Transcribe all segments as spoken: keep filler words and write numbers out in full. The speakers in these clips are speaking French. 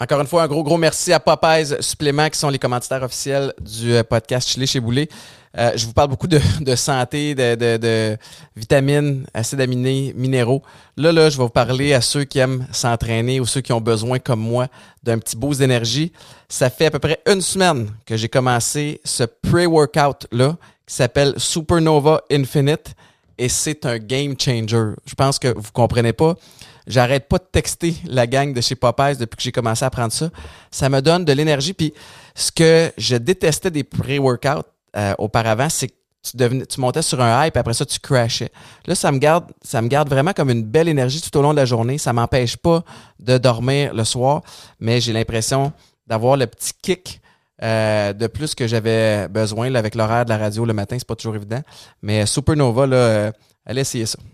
Encore une fois, un gros, gros merci à Popeyes Suppléments qui sont les commanditaires officiels du podcast Chili chez Boulay. Euh, je vous parle beaucoup de, de santé, de, de, de vitamines, acides aminés, minéraux. Là, là, je vais vous parler à ceux qui aiment s'entraîner ou ceux qui ont besoin, comme moi, d'un petit boost d'énergie. Ça fait à peu près une semaine que j'ai commencé ce pré-workout-là qui s'appelle Supernova Infinite et c'est un game changer. Je pense que vous comprenez pas. J'arrête pas de texter la gang de chez Popeyes depuis que j'ai commencé à prendre ça. Ça me donne de l'énergie. Puis ce que je détestais des pré-workouts euh, auparavant, c'est que tu, devenais, tu montais sur un hype, après ça, tu crashais. Là, ça me garde, ça me garde vraiment comme une belle énergie tout au long de la journée. Ça m'empêche pas de dormir le soir, mais j'ai l'impression d'avoir le petit kick euh, de plus que j'avais besoin là, avec l'horaire de la radio le matin. C'est pas toujours évident. Mais Supernova, là, euh, allez essayer ça.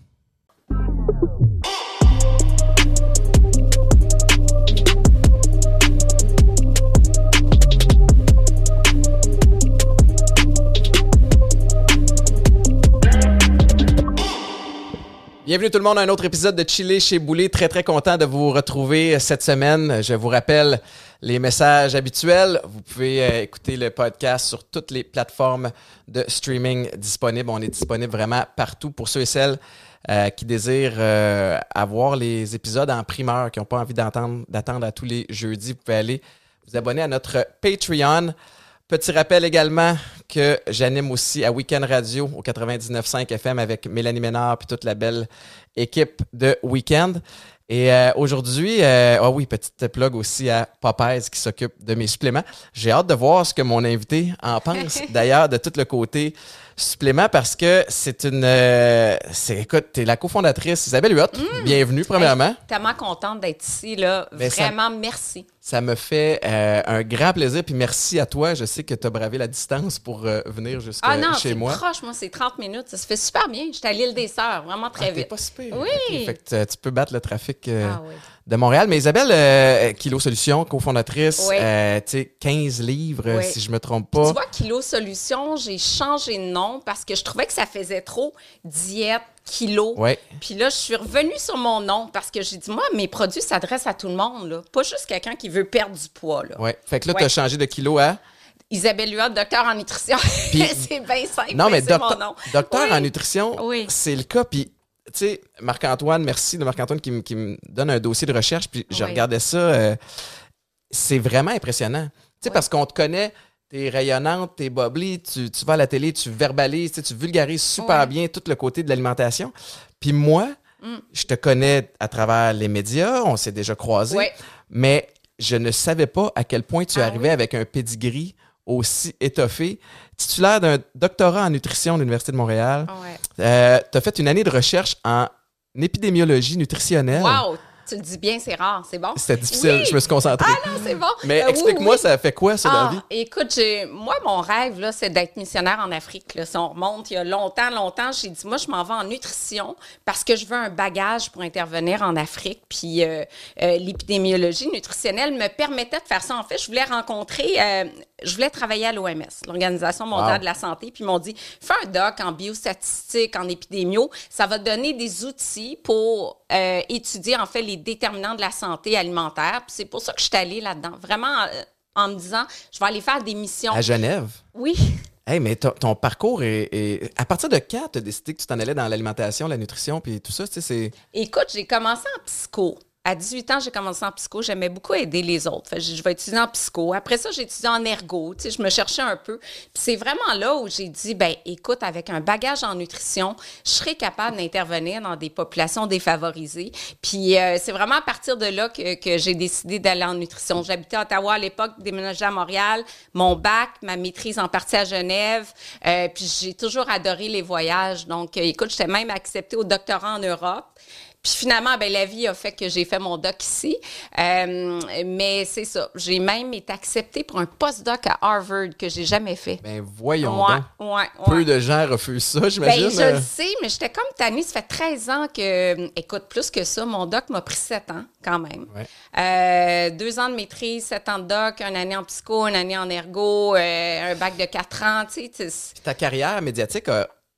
Bienvenue tout le monde à un autre épisode de Chili chez Boulay. Très, très content de vous retrouver cette semaine. Je vous rappelle les messages habituels. Vous pouvez euh, écouter le podcast sur toutes les plateformes de streaming disponibles. On est disponible vraiment partout pour ceux et celles euh, qui désirent euh, avoir les épisodes en primeur, qui n'ont pas envie d'entendre, d'attendre à tous les jeudis. Vous pouvez aller vous abonner à notre Patreon. Petit rappel également que j'anime aussi à Weekend Radio au quatre-vingt-dix-neuf virgule cinq F M avec Mélanie Ménard puis toute la belle équipe de Weekend. Et euh, aujourd'hui, euh, ah oui, petite plug aussi à Popeyes qui s'occupe de mes suppléments. J'ai hâte de voir ce que mon invité en pense. D'ailleurs, de tout le côté supplément parce que c'est une... Euh, c'est, écoute, t'es la cofondatrice Isabelle Huot. Mmh. Bienvenue, premièrement. Hey, tellement contente d'être ici, là. Ben, vraiment, ça, merci. Ça me fait euh, un grand plaisir. Puis merci à toi. Je sais que tu as bravé la distance pour euh, venir jusqu'à ah non, chez moi. Ah non, c'est proche, moi, c'est trente minutes. Ça se fait super bien. J'étais à l'île des Sœurs, vraiment très ah, vite. T'es pas super. Oui. Okay. Fait que tu peux battre le trafic euh, ah, oui. de Montréal. Mais Isabelle, euh, Kilo Solutions, cofondatrice, oui. euh, tu sais, quinze livres, oui. si je me trompe pas. Puis tu vois, Kilo Solutions, j'ai changé de nom parce que je trouvais que ça faisait trop diète, kilo. Ouais. Puis là, je suis revenue sur mon nom parce que j'ai dit, moi, mes produits s'adressent à tout le monde, là. Pas juste quelqu'un qui veut perdre du poids, là. Ouais. Fait que là, ouais. tu as changé de kilo à... Isabelle Huot, docteur en nutrition. Puis, c'est bien simple, non, mais c'est docteur, mon nom. Docteur oui. en nutrition, oui. c'est le cas. Puis, tu sais, Marc-Antoine, merci de Marc-Antoine qui, m- qui me donne un dossier de recherche. Puis, je oui. regardais ça. Euh, c'est vraiment impressionnant. Tu sais, oui. parce qu'on te connaît, t'es rayonnante, t'es bubbly, tu, tu vas à la télé, tu verbalises, tu vulgarises super oui. bien tout le côté de l'alimentation. Puis moi, mm. je te connais à travers les médias, on s'est déjà croisés, oui. mais je ne savais pas à quel point tu ah, arrivais oui. avec un pedigree aussi étoffé. Titulaire d'un doctorat en nutrition de l'Université de Montréal, ouais. euh, tu as fait une année de recherche en épidémiologie nutritionnelle. Wow! Tu le dis bien, c'est rare, c'est bon? C'était difficile, oui. je me suis concentrée. Ah non, c'est bon. Mais euh, explique-moi, oui, oui. ça fait quoi, ça, ah, dans la vie? Écoute, j'ai, moi, mon rêve, là, c'est d'être missionnaire en Afrique. Là. Si on remonte il y a longtemps, longtemps, j'ai dit, moi, je m'en vais en nutrition parce que je veux un bagage pour intervenir en Afrique. Puis euh, euh, l'épidémiologie nutritionnelle me permettait de faire ça. En fait, je voulais rencontrer... Euh, je voulais travailler à l'O M S, l'Organisation mondiale wow. de la santé, puis ils m'ont dit, fais un doc en biostatistique, en épidémio, ça va te donner des outils pour euh, étudier, en fait, les déterminants de la santé alimentaire. Puis c'est pour ça que je suis allée là-dedans, vraiment euh, en me disant, je vais aller faire des missions. À Genève? Oui. Hey, mais ton, ton parcours est, est... À partir de quand tu as décidé que tu t'en allais dans l'alimentation, la nutrition, puis tout ça, tu sais, c'est... Écoute, j'ai commencé en psycho. À dix-huit ans, j'ai commencé en psycho. J'aimais beaucoup aider les autres. Fait, je vais étudier en psycho. Après ça, j'ai étudié en ergo. Tu sais, je me cherchais un peu. Puis c'est vraiment là où j'ai dit, ben écoute, avec un bagage en nutrition, je serais capable d'intervenir dans des populations défavorisées. Puis euh, c'est vraiment à partir de là que, que j'ai décidé d'aller en nutrition. J'habitais à Ottawa à l'époque, déménagé à Montréal. Mon bac, ma maîtrise en partie à Genève. Euh, puis j'ai toujours adoré les voyages. Donc, euh, écoute, j'étais même acceptée au doctorat en Europe. Puis finalement, ben la vie a fait que j'ai fait mon doc ici. Euh, mais c'est ça. J'ai même été acceptée pour un post-doc à Harvard que j'ai jamais fait. Ben voyons ouais, donc. Ouais, ouais. Peu de gens refusent ça, j'imagine. Ben, je le sais, mais j'étais comme tannée. Ça fait treize ans que... Écoute, plus que ça, mon doc m'a pris sept ans quand même. Ouais. Euh, deux ans de maîtrise, sept ans de doc, une année en psycho, une année en ergo, euh, un bac de quatre ans. Tu sais, ta carrière médiatique a... a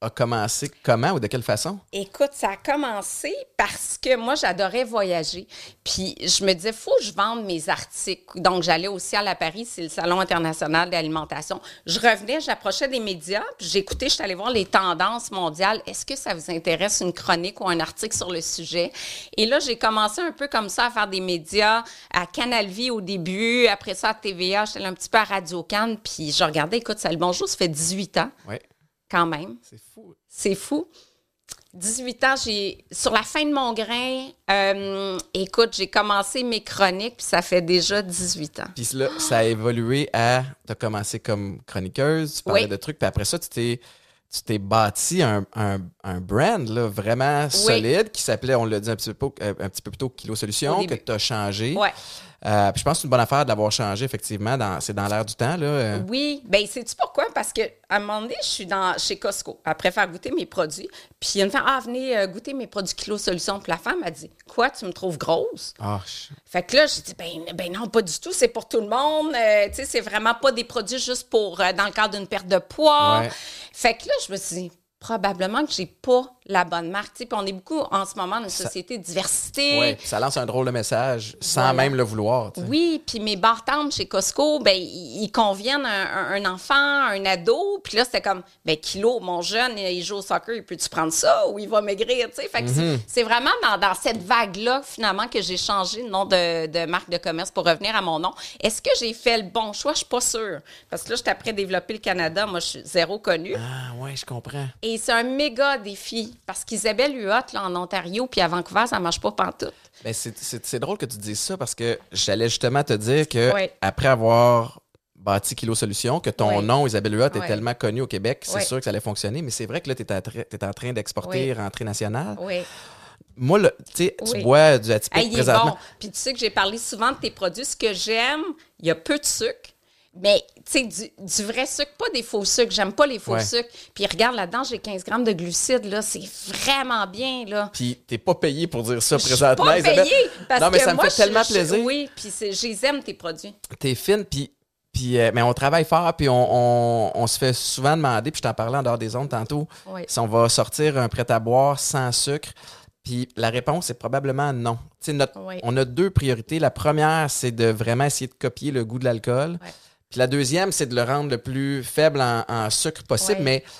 a commencé comment ou de quelle façon? Écoute, ça a commencé parce que moi, j'adorais voyager. Puis je me disais, faut que je vende mes articles. Donc, j'allais aussi à Paris, c'est le Salon international d'alimentation. Je revenais, j'approchais des médias, puis j'écoutais, je suis allée voir les tendances mondiales. Est-ce que ça vous intéresse une chronique ou un article sur le sujet? Et là, j'ai commencé un peu comme ça à faire des médias à Canal Vie au début, après ça à T V A, j'étais un petit peu à Radio-Can, puis je regardais, écoute, ça le bonjour, ça fait dix-huit ans. Oui. Quand même. C'est fou. C'est fou. dix-huit ans, j'ai sur la fin de mon grain, euh, écoute, j'ai commencé mes chroniques, puis ça fait déjà dix-huit ans. Puis là, ça a évolué à... Tu as commencé comme chroniqueuse, tu parlais Oui. de trucs, puis après ça, tu t'es, tu t'es bâti un, un, un brand là, vraiment solide qui s'appelait, on l'a dit un petit peu, un petit peu plus tôt, Kilo Solutions, que tu as changé. Oui. Euh, puis je pense que c'est une bonne affaire de l'avoir changé, effectivement. Dans, c'est dans l'air du temps, là. Euh. Oui. Bien, sais-tu pourquoi? Parce qu'à un moment donné, je suis dans, chez Costco, après faire goûter mes produits. Puis il y a une femme, ah, venez euh, goûter mes produits Kilo Solutions. Puis la femme a dit, quoi, tu me trouves grosse? Oh, je... Fait que là, j'ai dit, ben, ben non, pas du tout, c'est pour tout le monde. Euh, tu sais, c'est vraiment pas des produits juste pour, euh, dans le cadre d'une perte de poids. Ouais. Fait que là, je me suis dit, probablement que j'ai pas la bonne marque. Puis on est beaucoup en ce moment dans une Ça... société de diversité. Oui, ça lance un drôle de message sans Voilà. même le vouloir. T'sais. Oui, puis mes bartendes chez Costco, ben ils conviennent un, un, un enfant, un ado. Puis là, c'était comme, ben Kilo, mon jeune, il joue au soccer, il peut-tu prendre ça ou il va maigrir, tu sais? Fait que mm-hmm. c'est, c'est vraiment dans, dans cette vague-là, finalement, que j'ai changé le nom de, de marque de commerce pour revenir à mon nom. Est-ce que j'ai fait le bon choix? Je suis pas sûre. Parce que là, j'étais après développer le Canada. Moi, je suis zéro connue. Ah, ouais, je comprends. Et c'est un méga défi. Parce qu'Isabelle Huot, là, en Ontario, puis à Vancouver, ça marche pas pantoute. Ben c'est, c'est, c'est drôle que tu dises ça parce que j'allais justement te dire que oui. après avoir bâti Kilo Solutions, que ton oui. nom, Isabelle Huot, oui. est tellement connu au Québec, c'est oui. sûr que ça allait fonctionner, mais c'est vrai que là, tu es en train d'exporter oui. rentrée nationale. Oui. Moi, là, tu sais, oui. tu bois du atypique hey, il présentement. Est bon. Puis tu sais que j'ai parlé souvent de tes produits. Ce que j'aime, il y a peu de sucre. Mais, tu sais, du, du vrai sucre, pas des faux sucres. J'aime pas les faux ouais. sucres. Puis regarde, là-dedans, j'ai quinze grammes de glucides, là. C'est vraiment bien, là. Puis t'es pas payé pour dire ça présentement, Je suis pas Isabelle. payée, parce non, mais que ça moi, me fait tellement je, plaisir. Je, oui, puis je les aime, tes produits. T'es fine, puis... Puis, euh, mais on travaille fort, puis on, on, on se fait souvent demander, puis je t'en parlais en dehors des ondes tantôt, oui. si on va sortir un prêt-à-boire sans sucre. Puis la réponse est probablement non. Notre, oui. On a deux priorités. La première, c'est de vraiment essayer de copier le goût de l'alcool. Oui. Puis la deuxième, c'est de le rendre le plus faible en, en sucre possible, oui. mais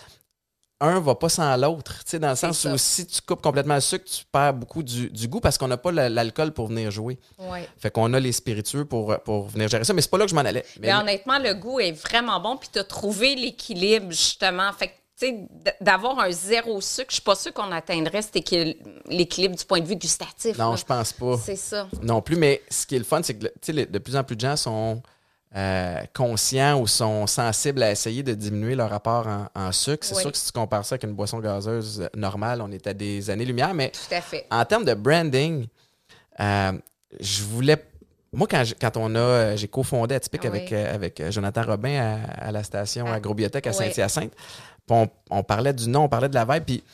un va pas sans l'autre. Dans le sens ça. où si tu coupes complètement le sucre, tu perds beaucoup du, du goût parce qu'on n'a pas l'alcool pour venir jouer. Oui. Fait qu'on a les spiritueux pour, pour venir gérer ça, mais c'est pas là que je m'en allais. Mais, mais honnêtement, le goût est vraiment bon, puis tu as trouvé l'équilibre, justement. Fait que, tu sais, d'avoir un zéro sucre, je suis pas sûre qu'on atteindrait cet l'équilibre du point de vue gustatif. Non, là. je pense pas. C'est ça. Non plus, mais ce qui est le fun, c'est que de plus en plus de gens sont euh, conscients ou sont sensibles à essayer de diminuer leur rapport en, en sucre. C'est oui. sûr que si tu compares ça avec une boisson gazeuse normale, on est à des années-lumière, mais tout à fait. En termes de branding, euh, je voulais... Moi, quand, je, quand on a, j'ai cofondé Atypique oui. avec, euh, avec Jonathan Robin à, à la station ah. Agrobiotech à oui. Saint-Hyacinthe, on, on parlait du nom, on parlait de la vibe, puis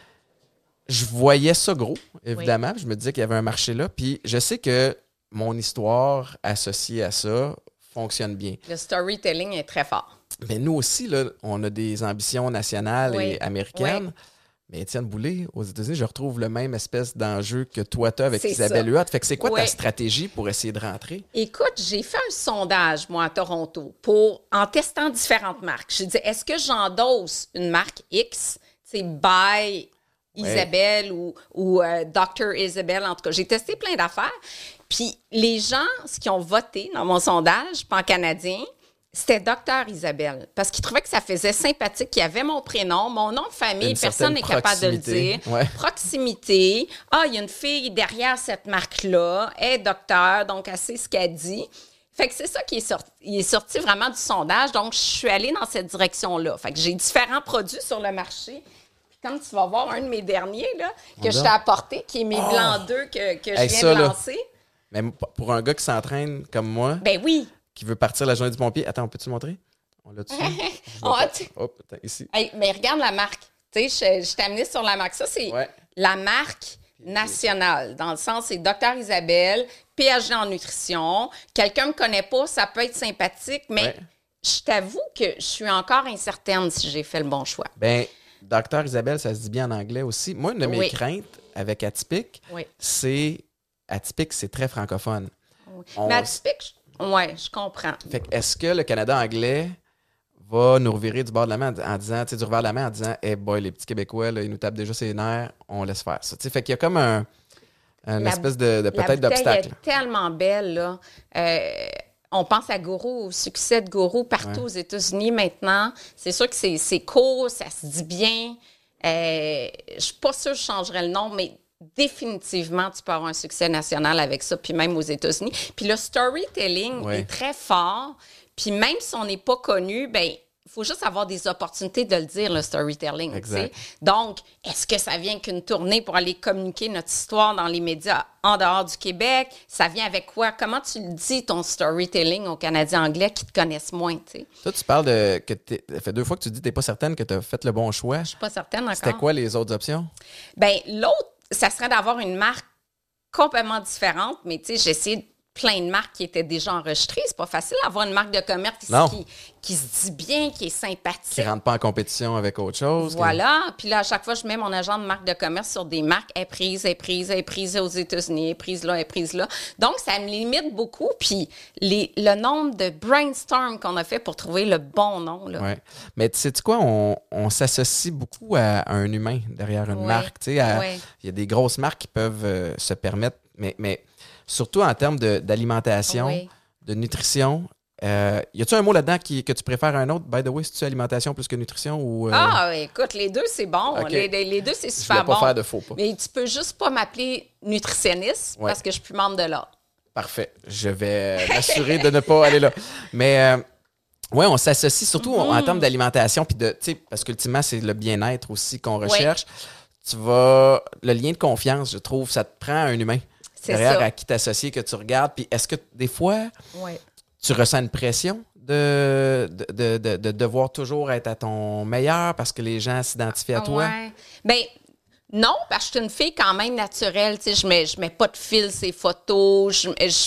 je voyais ça gros, évidemment. Oui. Je me disais qu'il y avait un marché là. Puis je sais que mon histoire associée à ça fonctionne bien. Le storytelling est très fort. Mais nous aussi, là, on a des ambitions nationales oui. et américaines. Oui. Mais Étienne Boulay, aux États-Unis, je retrouve le même espèce d'enjeu que toi, tu as avec c'est Isabelle Huot. Fait que c'est quoi oui. ta stratégie pour essayer de rentrer? Écoute, j'ai fait un sondage, moi, à Toronto, pour, en testant différentes marques. Je dis, est-ce que j'endosse une marque X, c'est by Isabelle oui. ou, ou euh, docteur Isabelle, en tout cas. J'ai testé plein d'affaires. Puis les gens, ce qui ont voté dans mon sondage, pas en canadien, c'était docteur Isabelle. Parce qu'ils trouvaient que ça faisait sympathique, qu'il y avait mon prénom, mon nom de famille, une personne n'est capable de le dire. Ouais. Proximité. Ah, il y a une fille derrière cette marque-là, elle est docteur, donc elle sait ce qu'elle dit. Fait que c'est ça qui est sorti, il est sorti vraiment du sondage. Donc, je suis allée dans cette direction-là. Fait que j'ai différents produits sur le marché. Comme tu vas voir un de mes derniers là, que je t'ai apporté, qui est mes oh! Blancs d'œufs que, que je hey, viens ça, de lancer. Là. Mais pour un gars qui s'entraîne comme moi, ben oui. qui veut partir la journée du pompier, attends, on peut-tu le montrer? On l'a dessus? On tu... Hop, attends, ici. Hey, mais regarde la marque. Tu sais, je, je t'ai amené sur la marque. Ça, c'est ouais. la marque nationale. Dans le sens, c'est docteur Isabelle, P H D en nutrition. Quelqu'un ne me connaît pas, ça peut être sympathique, mais ouais. je t'avoue que je suis encore incertaine si j'ai fait le bon choix. Ben Docteur Isabelle, ça se dit bien en anglais aussi. Moi, une de mes Oui. craintes avec Atypique, Oui. c'est... Atypique, c'est très francophone. Oui. On- Mais atypique, oui, je comprends. Fait que est-ce que le Canada anglais va nous revirer du bord de la main en disant, tu sais, du revers de la main en disant, hey boy, les petits Québécois, là, ils nous tapent déjà ses nerfs, on laisse faire ça. Tu sais, fait qu'il y a comme un, une La- espèce de, de La peut-être bouteille d'obstacle. est tellement belle, là. Euh, on pense à Gourou, au succès de Gourou partout Ouais. aux États-Unis maintenant. C'est sûr que c'est, c'est court, ça se dit bien. Euh, je suis pas sûre que je changerais le nom, mais définitivement, tu peux avoir un succès national avec ça, puis même aux États-Unis. Puis le storytelling Ouais. est très fort. Puis même si on n'est pas connu, ben il faut juste avoir des opportunités de le dire, le storytelling. Exact. tu sais. Donc, est-ce que ça vient qu'une tournée pour aller communiquer notre histoire dans les médias en dehors du Québec? Ça vient avec quoi? Comment tu le dis, ton storytelling aux Canadiens anglais qui te connaissent moins? Tu sais? Toi, tu parles de... que t'es- ça fait deux fois que tu dis que tu n'es pas certaine que tu as fait le bon choix. Je suis pas certaine encore. C'était quoi les autres options? Ben l'autre, ça serait d'avoir une marque complètement différente, mais tu sais, j'ai essayé plein de marques qui étaient déjà enregistrées. C'est pas facile d'avoir une marque de commerce Non. qui, qui se dit bien, qui est sympathique. Qui ne rentrent pas en compétition avec autre chose? Voilà. Puis là, à chaque fois, je mets mon agent de marque de commerce sur des marques. Elle est prise, elle est prise, elle est prise aux États-Unis, elle est prise là, elle est prise là. Donc, ça me limite beaucoup. Puis les, le nombre de brainstorm qu'on a fait pour trouver le bon nom, là. Ouais. Mais tu sais quoi, on, on s'associe beaucoup à un humain derrière une Ouais. marque. Tu sais, à- Ouais. il y a des grosses marques qui peuvent euh, se permettre, mais, mais surtout en termes de- d'alimentation, Oui. de nutrition. Euh, y a-tu un mot là-dedans qui, que tu préfères à un autre? By the way, c'est-tu alimentation plus que nutrition ou. euh, Ah, écoute, les deux, c'est bon. OK. Les, les- les deux, c'est je super voulais pas bon. faire de faux pas. Mais tu peux juste pas m'appeler nutritionniste Ouais. parce que je suis plus membre de l'ordre. Parfait. Je vais m'assurer de ne pas aller là. Mais euh, ouais, on s'associe surtout en- Mm-hmm. en termes d'alimentation, puis de, tu sais, parce qu'ultimement, c'est le bien-être aussi qu'on recherche. Tu vas. Le lien de confiance, je trouve, ça te prend un humain. C'est Derrière ça. à qui t'associer, que tu regardes. Puis est-ce que des fois, Oui. tu ressens une pression de, de, de, de- de devoir toujours être à ton meilleur parce que les gens s'identifient à toi? Ouais. Ben non, parce que je suis une fille quand même naturelle. Tu sais, je mets, je mets pas de fil ces photos. Je, je,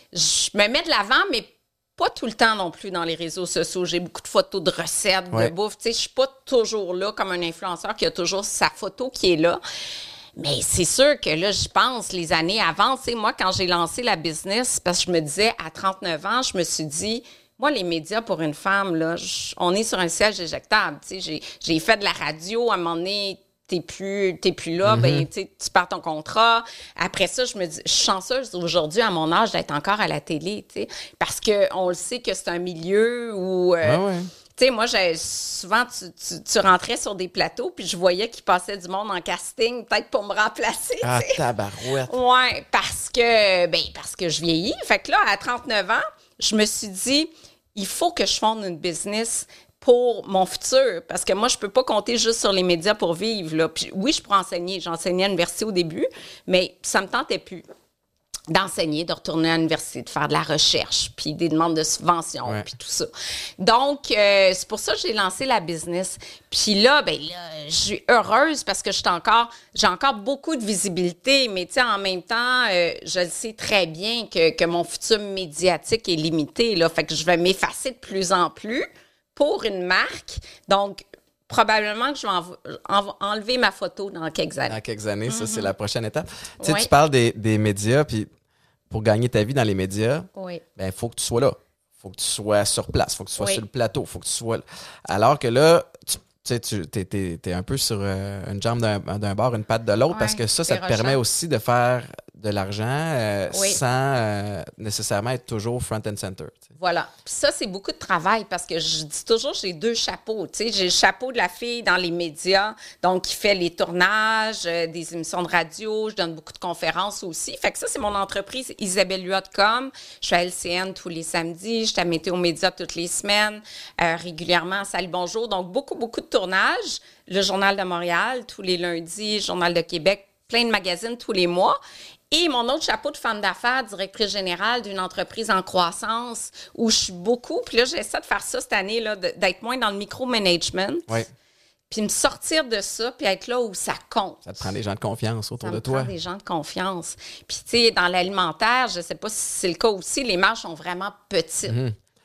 je me mets de l'avant, mais pas tout le temps non plus dans les réseaux sociaux. J'ai beaucoup de photos de recettes, Ouais. de bouffe. Tu sais, je suis pas toujours là comme un influenceur qui a toujours sa photo qui est là. Mais c'est sûr que là, je pense, les années avant, tu sais, moi, quand j'ai lancé la business, parce que je me disais, à trente-neuf ans, je me suis dit, moi, les médias pour une femme, là, je- on est sur un siège éjectable. Tu sais, j'ai, j'ai fait de la radio, à un moment donné, t'es plus, t'es plus là, ben, tu sais, tu perds ton contrat. Après ça, je me dis, je suis chanceuse aujourd'hui, à mon âge, d'être encore à la télé, tu sais, parce qu'on le sait que c'est un milieu où... euh, Ouais, ouais. tu sais, moi, j'ai, souvent, tu, tu, tu rentrais sur des plateaux, puis je voyais qu'il passait du monde en casting, peut-être pour me remplacer. Ah, tu sais. tabarouette. Ouais, parce que, ben, parce que je vieillis. Fait que là, à trente-neuf ans, je me suis dit, il faut que je fonde une business pour mon futur. Parce que moi, je peux pas compter juste sur les médias pour vivre, là. Puis oui, je pourrais enseigner. J'enseignais à l'université au début, mais ça me tentait plus d'enseigner, de retourner à l'université, de faire de la recherche, puis des demandes de subventions, Ouais. puis tout ça. Donc, euh, c'est pour ça que j'ai lancé la business. Puis là, ben là, je suis heureuse parce que je suis encore, j'ai encore beaucoup de visibilité, mais tu sais, en même temps, euh, je le sais très bien que, que mon futur médiatique est limité, là. Fait que je vais m'effacer de plus en plus pour une marque. Donc, probablement que je vais env- env- enlever ma photo dans quelques années. Dans quelques années, ça, c'est la prochaine étape. Tu sais, Ouais. tu parles des, des médias, puis pour gagner ta vie dans les médias, Oui. ben, il faut que tu sois là. Il faut que tu sois sur place. Il faut que tu sois Oui. sur le plateau. Il faut que tu sois là. Alors que là, tu tu sais, tu t'es, t'es- t'es un peu sur euh, une jambe d'un, d'un bord, une patte de l'autre, Ouais, parce que ça, ça c'est te permet rushant. aussi de faire de l'argent euh, Oui. sans euh, nécessairement être toujours front and center. tu sais. Voilà. Puis ça, c'est beaucoup de travail parce que je dis toujours, j'ai deux chapeaux. Tu sais, j'ai le chapeau de la fille dans les médias, donc qui fait les tournages, euh, des émissions de radio. Je donne beaucoup de conférences aussi. Fait que ça, c'est mon entreprise isabelle huot point com. Je suis à L C N tous les samedis. Je suis à Météo Média toutes les semaines, euh, régulièrement à Salut Bonjour. Donc, beaucoup, beaucoup de tournages. Le Journal de Montréal tous les lundis, Journal de Québec, plein de magazines tous les mois. Et mon autre chapeau de femme d'affaires, directrice générale d'une entreprise en croissance, où je suis beaucoup, puis là, j'essaie de faire ça cette année, là, de- d'être moins dans le micromanagement, Ouais. puis me sortir de ça, puis être là où ça compte. Ça te prend des gens de confiance autour Ça de me toi. prend des gens de confiance. Puis, tu sais, dans l'alimentaire, je sais pas si c'est le cas aussi, les marges sont vraiment petites.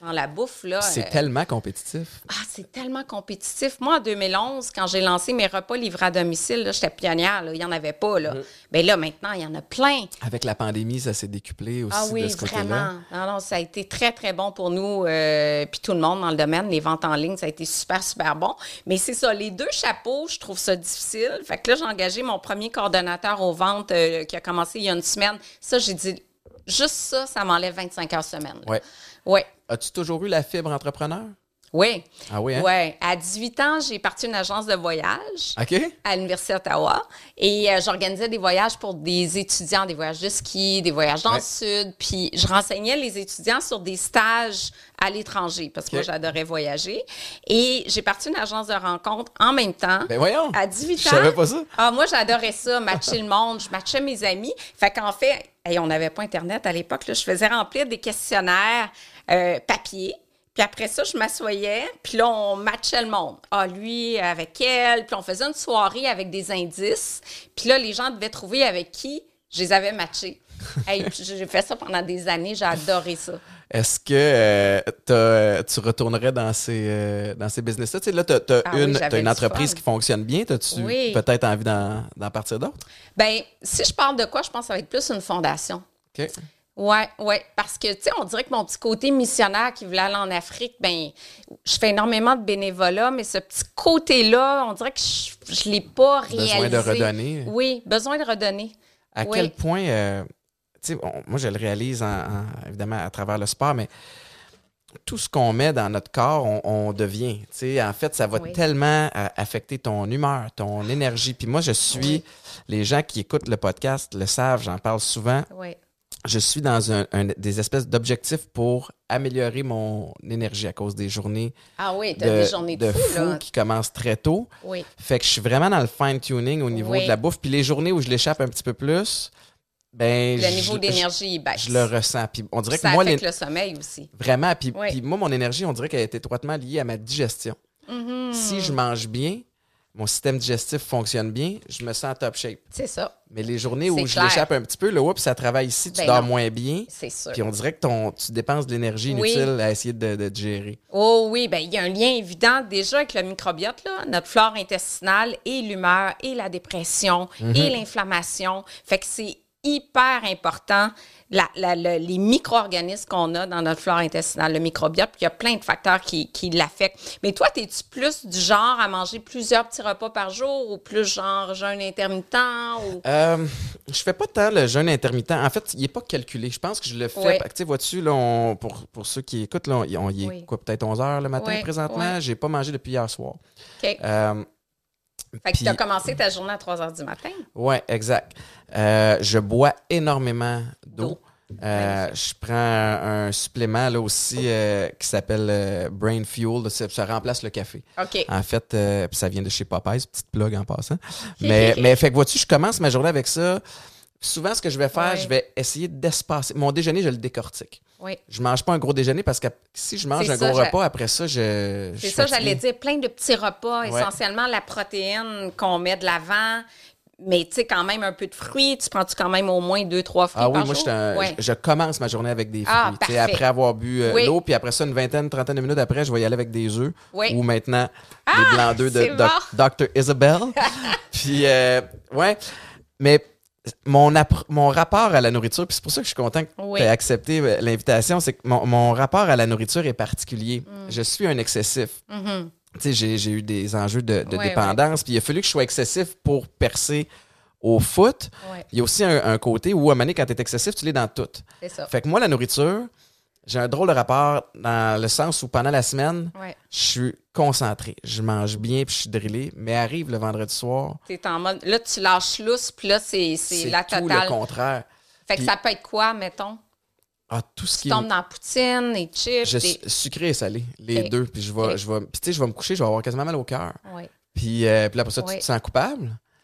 dans la bouffe, là. C'est euh, tellement compétitif. Ah, c'est tellement compétitif. Moi, en deux mille onze, quand j'ai lancé mes repas livrés à domicile, là, j'étais pionnière, là, il n'y en avait pas. Là. Mm. Mais là, maintenant, il y en a plein. Avec la pandémie, ça s'est décuplé aussi Ah oui, de ce côté-là. vraiment. Non, non, ça a été très, très bon pour nous, euh, puis tout le monde dans le domaine. Les ventes en ligne, ça a été super, super bon. Mais c'est ça, les deux chapeaux, je trouve ça difficile. Fait que là, j'ai engagé mon premier coordonnateur aux ventes euh, qui a commencé il y a une semaine. Ça, j'ai dit, juste ça, ça m'enlève vingt-cinq heures semaine. Ouais. Ouais. As-tu toujours eu la fibre entrepreneur? Oui. Ah oui, hein? Oui. À dix-huit ans, j'ai parti une agence de voyage OK. à l'Université d'Ottawa et euh, j'organisais des voyages pour des étudiants, des voyages de ski, des voyages dans Ouais. le sud. Puis je renseignais les étudiants sur des stages à l'étranger parce que OK. moi, j'adorais voyager. Et j'ai parti une agence de rencontre en même temps. Ben voyons. À dix-huit Je ans. savais pas ça. Ah, moi, j'adorais ça, matcher le monde. Je matchais mes amis. Fait qu'en fait, hey, on n'avait pas Internet à l'époque. Là, je faisais remplir des questionnaires euh, papier. Puis après ça, je m'assoyais, puis là, on matchait le monde. Ah, lui avec elle, puis on faisait une soirée avec des indices. Puis là, les gens devaient trouver avec qui je les avais matchés. Hey, puis j'ai fait ça pendant des années, j'ai adoré ça. Est-ce que euh, t'as, euh, tu retournerais dans ces, euh, dans ces business-là? Tu sais, là, tu as Ah oui, une, j'avais t'as une du entreprise fun. qui fonctionne bien. As-tu Oui. peut-être envie d'en, d'en partir d'autres? Bien, si je parle de quoi, je pense que ça va être plus une fondation. OK. Oui, oui, parce que, tu sais, on dirait que mon petit côté missionnaire qui voulait aller en Afrique, ben, je fais énormément de bénévolat, mais ce petit côté-là, on dirait que je ne l'ai pas réalisé. Besoin de redonner. Oui, besoin de redonner. À Oui. quel point, euh, tu sais, on- moi, je le réalise en- en- évidemment à travers le sport, mais tout ce qu'on met dans notre corps, on, on devient. Tu sais, en fait, ça va Oui. tellement euh, affecter ton humeur, ton énergie. Puis moi, je suis, Oui. les gens qui écoutent le podcast le savent, j'en parle souvent. Oui. Je suis dans un, un- des espèces d'objectifs pour améliorer mon énergie à cause des journées Ah oui, tu as de, des journées de, de fou, fou là. qui commencent très tôt. Oui. Fait que je suis vraiment dans le fine-tuning au niveau Oui. de la bouffe. Puis les journées où je l'échappe un petit peu plus, ben Le je- niveau d'énergie, il je, baisse. je le ressens. Puis on dirait Ça que moi, affecte l'é- le sommeil aussi. vraiment, puis, Oui. puis moi, mon énergie, on dirait qu'elle est étroitement liée à ma digestion. Mhm. Si je mange bien, mon système digestif fonctionne bien, je me sens top shape. C'est ça, Mais les journées où C'est je clair. l'échappe un petit peu, là, oups, ça travaille ici, tu Ben dors non. moins bien. c'est sûr. Puis on dirait que ton, tu dépenses de l'énergie Oui. inutile à essayer de, de te gérer. Oh oui, bien, il y a un lien évident déjà avec le microbiote, là, notre flore intestinale et l'humeur et la dépression Mhm. et l'inflammation. Fait que c'est hyper important, la- la- la- les micro-organismes qu'on a dans notre flore intestinale, le microbiote, puis il y a plein de facteurs qui, qui l'affectent. Mais toi, es-tu plus du genre à manger plusieurs petits repas par jour ou plus genre jeûne intermittent? Ou... Euh, je fais pas tant le jeûne intermittent. En fait, il n'est pas calculé. Je pense que je le fais. Oui. Tu sais, vois-tu, là, on- pour, pour ceux qui écoutent, là, on, on- il est Oui. quoi, peut-être onze heures le matin Oui, présentement. oui. J'ai pas mangé depuis hier soir. OK. Euh, Fait que tu as puis- commencé ta journée à trois heures du matin? Oui, exact. Euh, je bois énormément d'eau. D'eau. Euh, je prends un, un supplément là aussi euh, qui s'appelle euh, Brain Fuel. Ça, ça remplace le café. OK. En fait, euh, puis ça vient de chez Popeyes, petite plug en passant. Mais, mais fait que vois-tu, je commence ma journée avec ça. Souvent, ce que je vais faire, Ouais. je vais essayer d'espacer. Mon déjeuner, je le décortique. Oui. Je mange pas un gros déjeuner parce que si je mange C'est un ça, gros j'a- repas, après ça, je. je C'est suis ça, fatigué. j'allais dire, plein de petits repas, Ouais. essentiellement la protéine qu'on met de l'avant, mais tu sais, quand même un peu de fruits. Tu prends-tu quand même au moins deux, trois fruits Ah oui, par moi, jour? je, suis un- Ouais. je, je commence ma journée avec des fruits. Ah, Tu sais, parfait. après avoir bu euh, Oui. l'eau, puis après ça, une vingtaine, trentaine de minutes après, je vais y aller avec des œufs. Oui. Ou maintenant, Ah, des blancs d'œufs de c'est doc- docteur Isabelle. Puis, euh, ouais. Mais mon, appr- mon rapport à la nourriture, puis c'est pour ça que je suis content que Oui. tu aies accepté euh, l'invitation, c'est que mon, mon rapport à la nourriture est particulier. Mm. Je suis un excessif. Mhm. Tu sais, j'ai, j'ai eu des enjeux de, de Ouais, dépendance, puis il a fallu que je sois excessif pour percer au foot. Ouais, Il y a aussi un, un côté où, à un moment donné, quand tu es excessif, tu l'es dans tout. c'est ça. Fait que moi, la nourriture, j'ai un drôle de rapport dans le sens où pendant la semaine, Ouais. je suis concentré. Je mange bien puis je suis drillé, mais arrive le vendredi soir, T'es en mode, là, tu lâches lousse, puis là, c'est, c'est, c'est la tout le totale. contraire. Fait que Puis- ça peut être quoi, mettons? Ah, tout ce Tu qui tombes est dans la poutine, les chips, je, des... sucré et salé, les Ok. deux. Puis je vais, Ok. je vais, puis tu sais, je vais me coucher, je vais avoir quasiment mal au cœur. Ouais. Puis, euh, puis là, après ça, tu Ouais. te sens coupable.